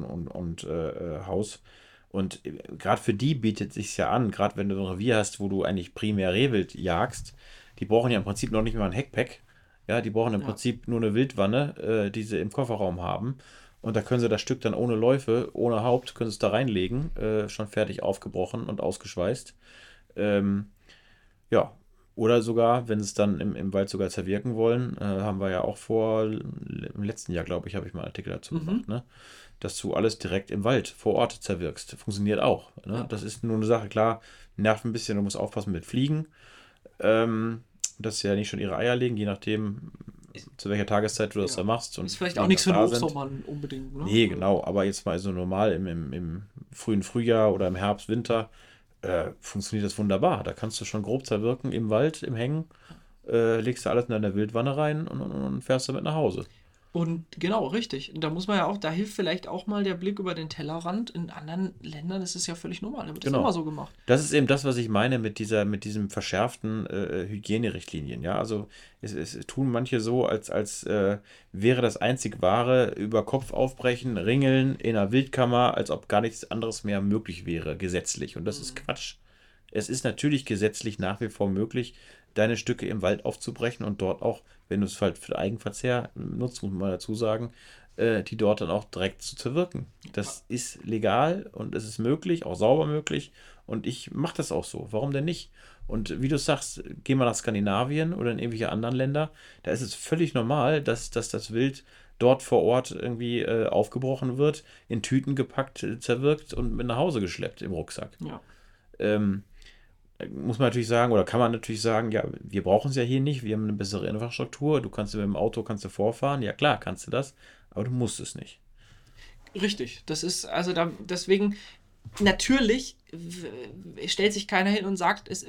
Haus. Und gerade für die bietet sich ja an, gerade wenn du ein Revier hast, wo du eigentlich primär Rehwild jagst, die brauchen ja im Prinzip noch nicht mal ein Heckpack. Ja, die brauchen im Prinzip nur eine Wildwanne, die sie im Kofferraum haben. Und da können sie das Stück dann ohne Läufe, ohne Haupt, können sie es da reinlegen, schon fertig aufgebrochen und ausgeschweißt. Ja, oder sogar, wenn sie es dann im Wald sogar zerwirken wollen, haben wir ja auch im letzten Jahr, glaube ich, habe ich mal einen Artikel dazu gemacht, ne? Dass du alles direkt im Wald vor Ort zerwirkst. Funktioniert auch. Ne? Ja. Das ist nur eine Sache, klar, nervt ein bisschen, du musst aufpassen mit Fliegen. Dass sie ja nicht schon ihre Eier legen, je nachdem, zu welcher Tageszeit du das da machst. Und Ist vielleicht wie auch die nichts für noch den da sind. Hochsommer unbedingt, ne? Nee, genau, aber jetzt mal so normal im frühen Frühjahr oder im Herbst, Winter funktioniert das wunderbar. Da kannst du schon grob zerwirken im Wald, im Hängen, legst du alles in deine Wildwanne rein und fährst damit nach Hause. Und genau, richtig. Und da muss man ja auch, da hilft vielleicht auch mal der Blick über den Tellerrand. In anderen Ländern ist es ja völlig normal. Da wird das Genau. immer so gemacht. Das ist eben das, was ich meine mit diesem verschärften Hygienerichtlinien. Ja, also es tun manche so, als wäre das einzig Wahre über Kopf aufbrechen, ringeln in einer Wildkammer, als ob gar nichts anderes mehr möglich wäre, gesetzlich. Und das ist Quatsch. Es ist natürlich gesetzlich nach wie vor möglich, deine Stücke im Wald aufzubrechen und dort auch, wenn du es halt für Eigenverzehr nutzt, muss man dazu sagen, die dort dann auch direkt zu zerwirken. Das ist legal und es ist möglich, auch sauber möglich Und ich mache das auch so. Warum denn nicht? Und wie du sagst, geh mal nach Skandinavien oder in irgendwelche anderen Länder, da ist es völlig normal, dass das Wild dort vor Ort irgendwie aufgebrochen wird, in Tüten gepackt, zerwirkt und mit nach Hause geschleppt im Rucksack. Ja. Muss man natürlich sagen, oder kann man natürlich sagen, ja, wir brauchen es ja hier nicht, wir haben eine bessere Infrastruktur, du kannst mit dem Auto vorfahren, ja klar, kannst du das, aber du musst es nicht. Richtig, das ist, also deswegen, natürlich stellt sich keiner hin und sagt, es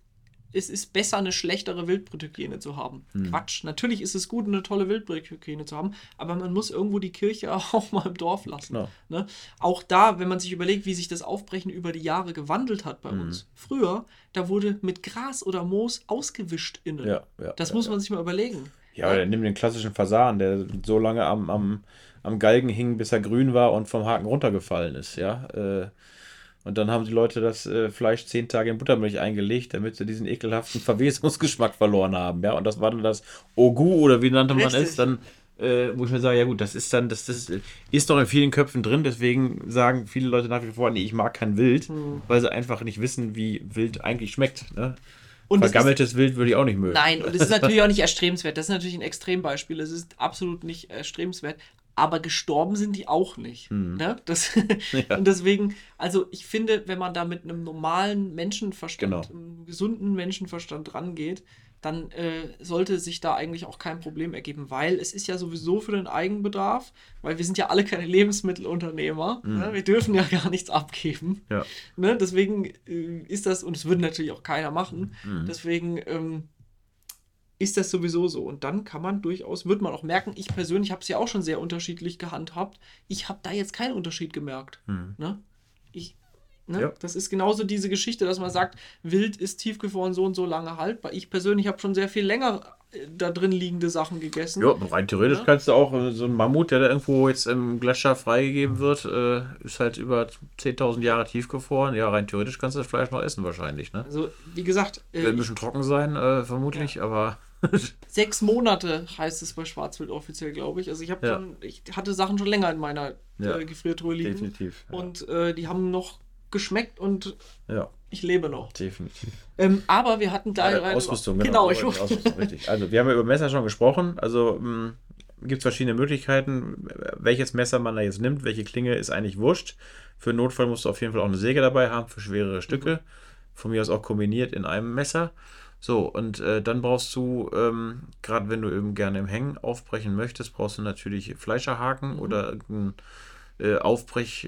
ist besser, eine schlechtere Wildbruthygiene zu haben. Quatsch, natürlich ist es gut, eine tolle Wildbruthygiene zu haben, aber man muss irgendwo die Kirche auch mal im Dorf lassen. Genau. Ne? Auch da, wenn man sich überlegt, wie sich das Aufbrechen über die Jahre gewandelt hat bei uns. Früher, da wurde mit Gras oder Moos ausgewischt innen. Ja, das muss man sich mal überlegen. Ja, nimm den klassischen Fasan, der so lange am Galgen hing, bis er grün war und vom Haken runtergefallen ist, ja. Und dann haben die Leute das Fleisch 10 Tage in Buttermilch eingelegt, damit sie diesen ekelhaften Verwesungsgeschmack verloren haben, ja. Und das war dann das Ogu oder wie nannte man es, dann, wo ich mir sage, ja gut, das ist doch in vielen Köpfen drin, deswegen sagen viele Leute nach wie vor, nee, ich mag kein Wild, weil sie einfach nicht wissen, wie Wild eigentlich schmeckt, ne? Und vergammeltes Wild würde ich auch nicht mögen. Nein, und es ist natürlich auch nicht erstrebenswert. Das ist natürlich ein Extrembeispiel. Es ist absolut nicht erstrebenswert. Aber gestorben sind die auch nicht. Ne? Und deswegen, also ich finde, wenn man da mit einem normalen Menschenverstand, einem gesunden Menschenverstand rangeht, dann sollte sich da eigentlich auch kein Problem ergeben, weil es ist ja sowieso für den Eigenbedarf, weil wir sind ja alle keine Lebensmittelunternehmer, ne? Wir dürfen ja gar nichts abgeben. Ja. Ne? Deswegen ist das, und es würde natürlich auch keiner machen, deswegen ist das sowieso so. Und dann kann man durchaus, wird man auch merken, ich persönlich habe es ja auch schon sehr unterschiedlich gehandhabt, ich habe da jetzt keinen Unterschied gemerkt. Ne? Ja. Das ist genauso diese Geschichte, dass man sagt, Wild ist tiefgefroren so und so lange haltbar. Ich persönlich habe schon sehr viel länger da drin liegende Sachen gegessen. Ja, rein theoretisch kannst du auch so ein Mammut, der da irgendwo jetzt im Gletscher freigegeben wird, ist halt über 10.000 Jahre tiefgefroren. Ja, rein theoretisch kannst du das Fleisch noch essen wahrscheinlich. Ne? Also, wie gesagt... Wird ein bisschen trocken sein, vermutlich, aber... 6 Monate heißt es bei Schwarzwild offiziell, glaube ich. Also ich hatte Sachen schon länger in meiner Gefriertruhe liegen. Definitiv. Ja. Und die haben noch geschmeckt und ich lebe noch. Definitiv. Aber wir hatten da... Ausrüstung, genau. Ausrüstung, richtig. Also wir haben ja über Messer schon gesprochen. Also gibt es verschiedene Möglichkeiten, welches Messer man da jetzt nimmt, welche Klinge ist eigentlich wurscht. Für einen Notfall musst du auf jeden Fall auch eine Säge dabei haben, für schwerere Stücke. Von mir aus auch kombiniert in einem Messer. So, und dann brauchst du, gerade wenn du eben gerne im Hängen aufbrechen möchtest, brauchst du natürlich Fleischerhaken oder irgendeinen Aufbrech...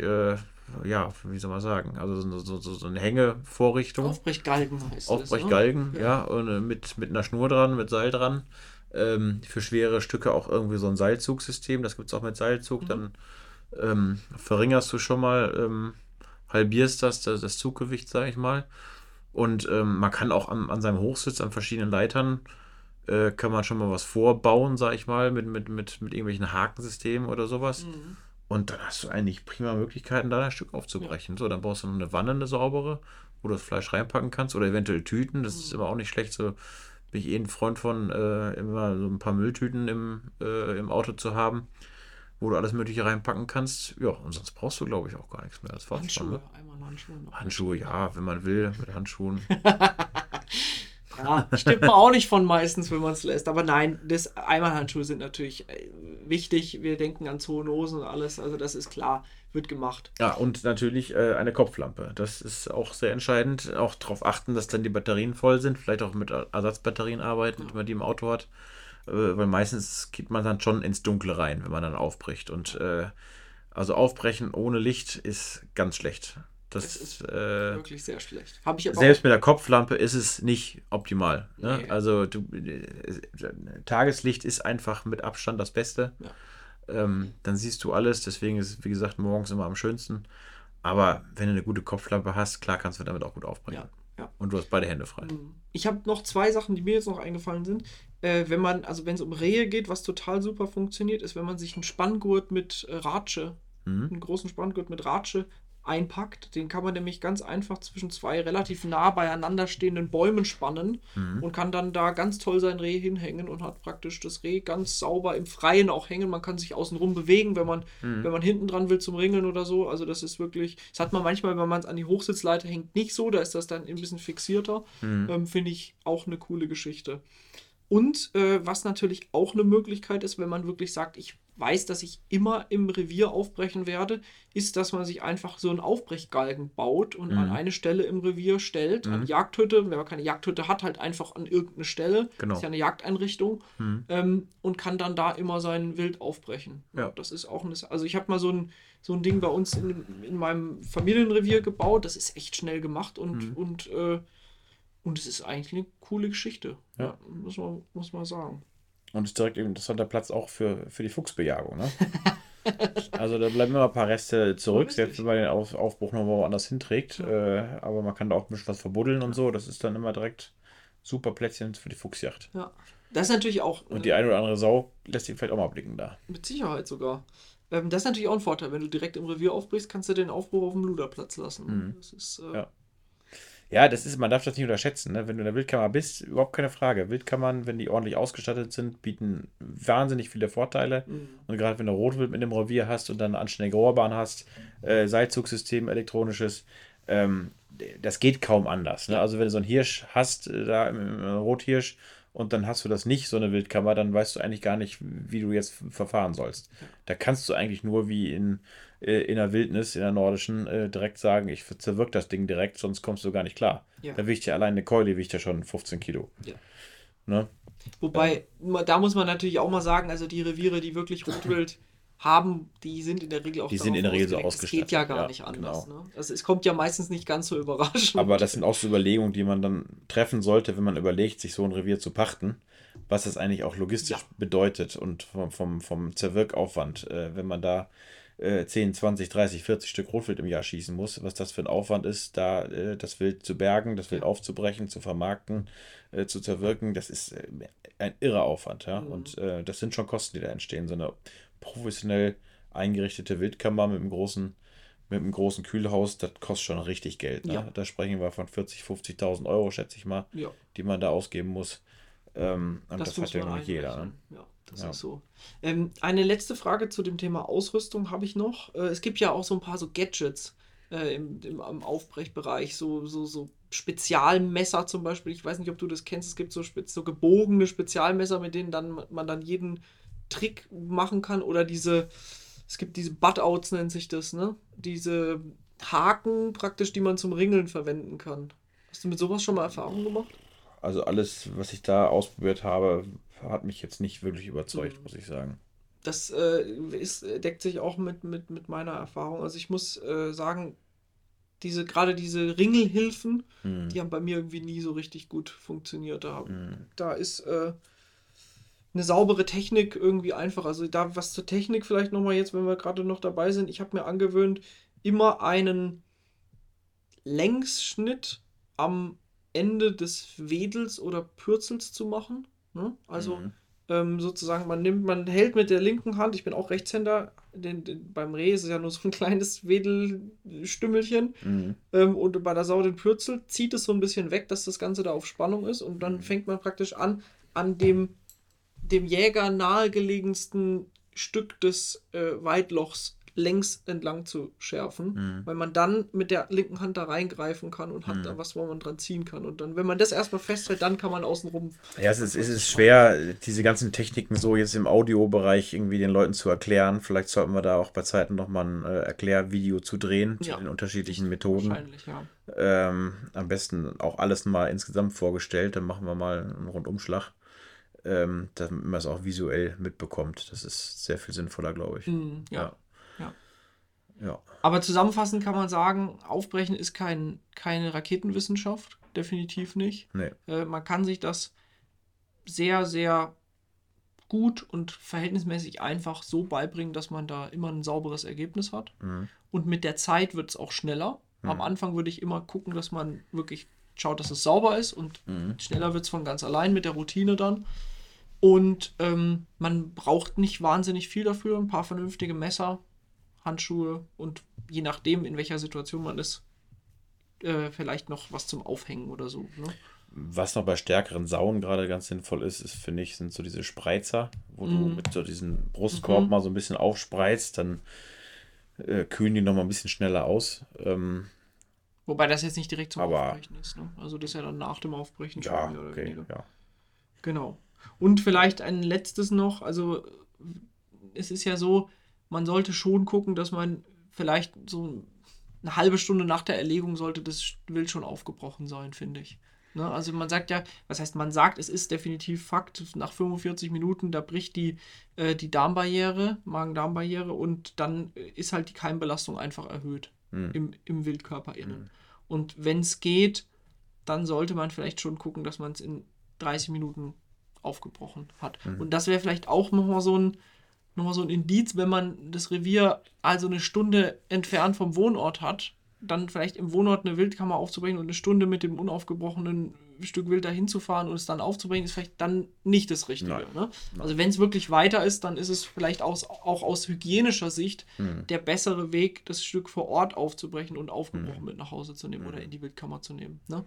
wie soll man sagen, also so eine Hängevorrichtung. Aufbrechgalgen heißt das. Aufbrechgalgen, ja, und mit einer Schnur dran, mit Seil dran. Für schwere Stücke auch irgendwie so ein Seilzugsystem, das gibt es auch mit Seilzug. Dann verringerst du schon mal, halbierst das Zuggewicht, sag ich mal. Und man kann auch an seinem Hochsitz, an verschiedenen Leitern, kann man schon mal was vorbauen, sag ich mal, mit irgendwelchen Hakensystemen oder sowas. Und dann hast du eigentlich prima Möglichkeiten, da ein Stück aufzubrechen. Ja. So, dann brauchst du noch eine Wanne, eine saubere, wo du das Fleisch reinpacken kannst oder eventuell Tüten. Das ist immer auch nicht schlecht. So bin ich ein Freund von, immer so ein paar Mülltüten im Auto zu haben, wo du alles Mögliche reinpacken kannst. Ja, und sonst brauchst du, glaube ich, auch gar nichts mehr. Das war's schon, ne? Einmal Handschuhe. Handschuhe, ja, wenn man will, mit Handschuhen. Ja, stimmt man auch nicht von meistens, wenn man es lässt. Aber nein, Einmalhandschuhe sind natürlich wichtig. Wir denken an Zoonosen und alles. Also das ist klar, wird gemacht. Ja, und natürlich eine Kopflampe. Das ist auch sehr entscheidend. Auch darauf achten, dass dann die Batterien voll sind. Vielleicht auch mit Ersatzbatterien arbeiten, wenn man die im Auto hat. Weil meistens geht man dann schon ins Dunkle rein, wenn man dann aufbricht. Und also aufbrechen ohne Licht ist ganz schlecht. Das ist wirklich sehr schlecht. Selbst mit der Kopflampe ist es nicht optimal. Ne? Nee. Also Tageslicht ist einfach mit Abstand das Beste. Ja. Dann siehst du alles. Deswegen ist es, wie gesagt, morgens immer am schönsten. Aber wenn du eine gute Kopflampe hast, klar kannst du damit auch gut aufbrechen. Ja. Und du hast beide Hände frei. Ich habe noch 2 Sachen, die mir jetzt noch eingefallen sind. Wenn es um Rehe geht, was total super funktioniert, ist, wenn man sich einen Spanngurt mit Ratsche, einen großen Spanngurt mit Ratsche einpackt. Den kann man nämlich ganz einfach zwischen zwei relativ nah beieinander stehenden Bäumen spannen und kann dann da ganz toll sein Reh hinhängen und hat praktisch das Reh ganz sauber im Freien auch hängen. Man kann sich außenrum bewegen, wenn man hinten dran will zum Ringeln oder so. Also das ist wirklich, das hat man manchmal, wenn man es an die Hochsitzleiter hängt, nicht so. Da ist das dann ein bisschen fixierter. Finde ich auch eine coole Geschichte. Und was natürlich auch eine Möglichkeit ist, wenn man wirklich sagt, ich weiß, dass ich immer im Revier aufbrechen werde, ist, dass man sich einfach so einen Aufbrechgalgen baut und an eine Stelle im Revier stellt, an die Jagdhütte. Wenn man keine Jagdhütte hat, halt einfach an irgendeine Stelle. Genau. Das ist ja eine Jagdeinrichtung. Und kann dann da immer sein Wild aufbrechen. Ja. Das ist auch also ich habe mal so ein Ding bei uns in meinem Familienrevier gebaut. Das ist echt schnell gemacht und es ist eigentlich eine coole Geschichte. Ja. Muss man sagen. Und ist direkt ein interessanter Platz auch für die Fuchsbejagung, ne? Also da bleiben immer ein paar Reste zurück, selbst wenn man den Aufbruch noch woanders hinträgt. Aber man kann da auch ein bisschen was verbuddeln und so. Das ist dann immer direkt super Plätzchen für die Fuchsjagd. Ja. Das ist natürlich auch... Und die eine oder andere Sau lässt sich vielleicht auch mal blicken da. Mit Sicherheit sogar. Das ist natürlich auch ein Vorteil. Wenn du direkt im Revier aufbrichst, kannst du den Aufbruch auf dem Luderplatz lassen. Das ist... Ja, man darf das nicht unterschätzen, ne? Wenn du in der Wildkammer bist, überhaupt keine Frage. Wildkammern, wenn die ordentlich ausgestattet sind, bieten wahnsinnig viele Vorteile. Und gerade wenn du Rotwild mit dem Revier hast und dann eine anständige Rohrbahn hast, Seilzugsystem, elektronisches, das geht kaum anders. Ne? Also wenn du so einen Hirsch hast, da im Rothirsch, und dann hast du das nicht, so eine Wildkammer, dann weißt du eigentlich gar nicht, wie du jetzt verfahren sollst. Da kannst du eigentlich nur wie in der Wildnis, in der nordischen, direkt sagen, ich zerwirk das Ding direkt, sonst kommst du gar nicht klar. Ja. Da wiegt ja allein eine Keule, wiegt ja schon 15 Kilo. Ja. Ne? Wobei, da muss man natürlich auch mal sagen, also die Reviere, die wirklich Rotwild haben, die sind in der Regel auch Die sind in der Regel so ausgelegt. ausgestattet. Es geht ja gar nicht anders. Genau. Ne? Also es kommt ja meistens nicht ganz so überraschend. Aber das sind auch so Überlegungen, die man dann treffen sollte, wenn man überlegt, sich so ein Revier zu pachten, was das eigentlich auch logistisch bedeutet und vom Zerwirkaufwand, wenn man da 10, 20, 30, 40 Stück Rotwild im Jahr schießen muss, was das für ein Aufwand ist, da das Wild zu bergen, das Wild aufzubrechen, zu vermarkten, zu zerwirken, das ist ein irrer Aufwand. Ja? Und das sind schon Kosten, die da entstehen. So eine professionell eingerichtete Wildkammer mit einem großen Kühlhaus, das kostet schon richtig Geld. Ne? Ja. Da sprechen wir von 40.000, 50.000 Euro, schätze ich mal, die man da ausgeben muss. Und das hat ja noch nicht jeder. Ne? Ja, das ist so. Eine letzte Frage zu dem Thema Ausrüstung habe ich noch. Es gibt ja auch so ein paar so Gadgets im Aufbrechbereich, so Spezialmesser zum Beispiel. Ich weiß nicht, ob du das kennst. Es gibt so gebogene Spezialmesser, mit denen man dann jeden Trick machen kann. Oder es gibt diese Butt-Outs, nennt sich das, ne? Diese Haken praktisch, die man zum Ringeln verwenden kann. Hast du mit sowas schon mal Erfahrung gemacht? Also alles, was ich da ausprobiert habe, hat mich jetzt nicht wirklich überzeugt, muss ich sagen. Das deckt sich auch mit meiner Erfahrung. Also ich muss sagen, gerade diese Ringelhilfen, die haben bei mir irgendwie nie so richtig gut funktioniert. Da ist eine saubere Technik irgendwie einfach. Also da was zur Technik vielleicht nochmal jetzt, wenn wir gerade noch dabei sind. Ich habe mir angewöhnt, immer einen Längsschnitt am Ende des Wedels oder Pürzels zu machen. Ne? Also sozusagen, man hält mit der linken Hand, ich bin auch Rechtshänder, beim Reh ist es ja nur so ein kleines Wedelstümmelchen und bei der Sau den Pürzel, zieht es so ein bisschen weg, dass das Ganze da auf Spannung ist und dann fängt man praktisch an dem Jäger nahegelegensten Stück des Weidlochs längs entlang zu schärfen, weil man dann mit der linken Hand da reingreifen kann und hat da was, wo man dran ziehen kann. Und dann, wenn man das erstmal festhält, dann kann man außenrum... Ja, es ist schwer, diese ganzen Techniken so jetzt im Audiobereich irgendwie den Leuten zu erklären. Vielleicht sollten wir da auch bei Zeiten nochmal ein Erklärvideo zu drehen, zu den unterschiedlichen Methoden. Wahrscheinlich, ja. Am besten auch alles mal insgesamt vorgestellt, dann machen wir mal einen Rundumschlag. Damit man es auch visuell mitbekommt. Das ist sehr viel sinnvoller, glaube ich. Ja. Ja. Aber zusammenfassend kann man sagen, Aufbrechen ist keine Raketenwissenschaft, definitiv nicht. Nee. Man kann sich das sehr, sehr gut und verhältnismäßig einfach so beibringen, dass man da immer ein sauberes Ergebnis hat. Und mit der Zeit wird es auch schneller. Am Anfang würde ich immer gucken, dass man wirklich schaut, dass es sauber ist und schneller wird es von ganz allein mit der Routine dann. Und man braucht nicht wahnsinnig viel dafür, ein paar vernünftige Messer Handschuhe und je nachdem, in welcher Situation man ist, vielleicht noch was zum Aufhängen oder so. Ne? Was noch bei stärkeren Sauen gerade ganz sinnvoll ist, finde ich, sind so diese Spreizer, wo du mit so diesem Brustkorb mal so ein bisschen aufspreizt, dann kühlen die noch mal ein bisschen schneller aus. Wobei das jetzt nicht direkt zum aber- Aufbrechen ist. Ne? Also das ist ja dann nach dem Aufbrechen Ja, schon mehr oder okay, weniger. ja. Genau. Und vielleicht ein letztes noch, also es ist ja so, man sollte schon gucken, dass man vielleicht so eine halbe Stunde nach der Erlegung sollte das Wild schon aufgebrochen sein, finde ich. Ne? Also man sagt ja, was heißt man sagt, es ist definitiv Fakt, nach 45 Minuten, da bricht die Darmbarriere, Magen-Darm-Barriere und dann ist halt die Keimbelastung einfach erhöht im Wildkörper innen. Und wenn es geht, dann sollte man vielleicht schon gucken, dass man es in 30 Minuten aufgebrochen hat. Und das wäre vielleicht auch nochmal so ein Indiz, wenn man das Revier also eine Stunde entfernt vom Wohnort hat, dann vielleicht im Wohnort eine Wildkammer aufzubrechen und eine Stunde mit dem unaufgebrochenen Stück Wild dahin zu fahren und es dann aufzubrechen, ist vielleicht dann nicht das Richtige. Nein. Ne? Also wenn es wirklich weiter ist, dann ist es vielleicht auch aus hygienischer Sicht der bessere Weg, das Stück vor Ort aufzubrechen und aufgebrochen mit nach Hause zu nehmen oder in die Wildkammer zu nehmen. Ne?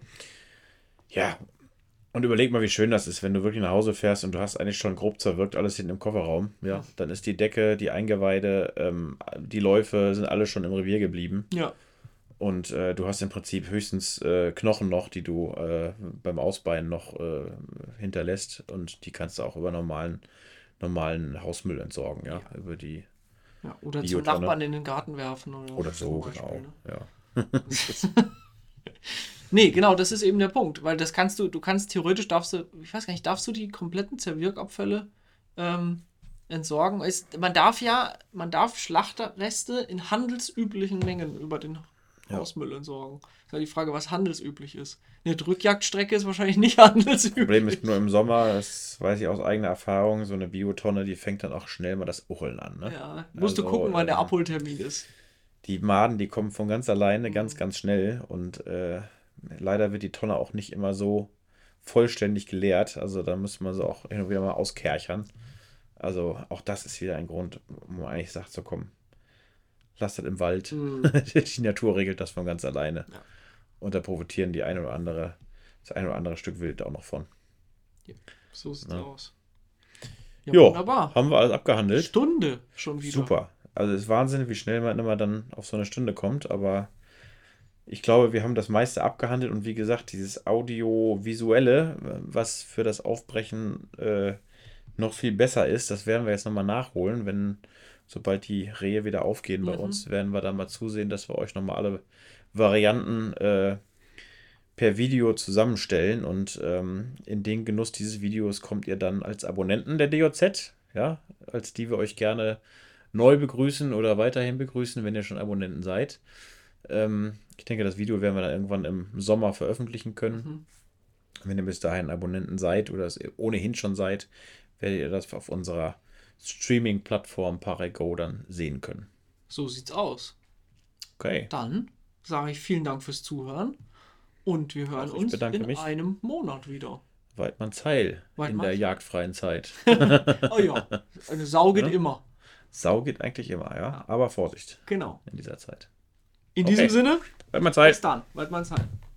Ja, und überleg mal, wie schön das ist, wenn du wirklich nach Hause fährst und du hast eigentlich schon grob zerwirkt alles hinten im Kofferraum. Ja, dann ist die Decke, die Eingeweide, die Läufe sind alle schon im Revier geblieben. Ja. Und du hast im Prinzip höchstens Knochen noch, die du beim Ausbeinen noch hinterlässt. Und die kannst du auch über normalen Hausmüll entsorgen, ja. Über die Ja, oder zum Biotonne. Nachbarn in den Garten werfen. Oder so, zum Beispiel, genau. ne? Ja. Nee, genau, das ist eben der Punkt, weil das kannst du kannst theoretisch, darfst du die kompletten Zerwirkabfälle entsorgen? Man darf Schlachterreste in handelsüblichen Mengen über den Hausmüll entsorgen. Das ist ja die Frage, was handelsüblich ist. Eine Drückjagdstrecke ist wahrscheinlich nicht handelsüblich. Problem ist nur im Sommer, das weiß ich aus eigener Erfahrung, so eine Biotonne, die fängt dann auch schnell mal das Ucheln an. Ne? Ja, musst du Also, gucken, wann der Abholtermin ist. Die Maden, die kommen von ganz alleine, ganz, ganz schnell. Und leider wird die Tonne auch nicht immer so vollständig geleert. Also da muss man sie auch hin und wieder mal auskerchern. Also auch das ist wieder ein Grund, wo man eigentlich sagt, so komm, lass das im Wald. Die Natur regelt das von ganz alleine. Ja. Und da profitieren das ein oder andere Stück Wild auch noch von. So sieht's aus. Ja, Jo, wunderbar. haben wir alles abgehandelt. Stunde schon wieder. Super. Also es ist Wahnsinn, wie schnell man immer dann auf so eine Stunde kommt, aber ich glaube, wir haben das meiste abgehandelt und wie gesagt, dieses Audiovisuelle, was für das Aufbrechen noch viel besser ist, das werden wir jetzt nochmal nachholen, sobald die Rehe wieder aufgehen bei uns, werden wir dann mal zusehen, dass wir euch nochmal alle Varianten per Video zusammenstellen und in den Genuss dieses Videos kommt ihr dann als Abonnenten der DJZ, ja, als die wir euch gerne neu begrüßen oder weiterhin begrüßen, wenn ihr schon Abonnenten seid. Ich denke, das Video werden wir dann irgendwann im Sommer veröffentlichen können. Wenn ihr bis dahin Abonnenten seid oder es ohnehin schon seid, werdet ihr das auf unserer Streaming-Plattform Parego dann sehen können. So sieht's aus. Okay. Dann sage ich vielen Dank fürs Zuhören und wir hören Auch ich uns bedanke in mich. einem Monat wieder. Weidmanns Heil in Weidmanns? der jagdfreien Zeit. Oh ja, eine Sau geht immer. Sau geht eigentlich immer, ja. Aber Vorsicht Genau. in dieser Zeit. In Okay. diesem Sinne, Weidmanns Heil. bis dann. Weidmanns Heil.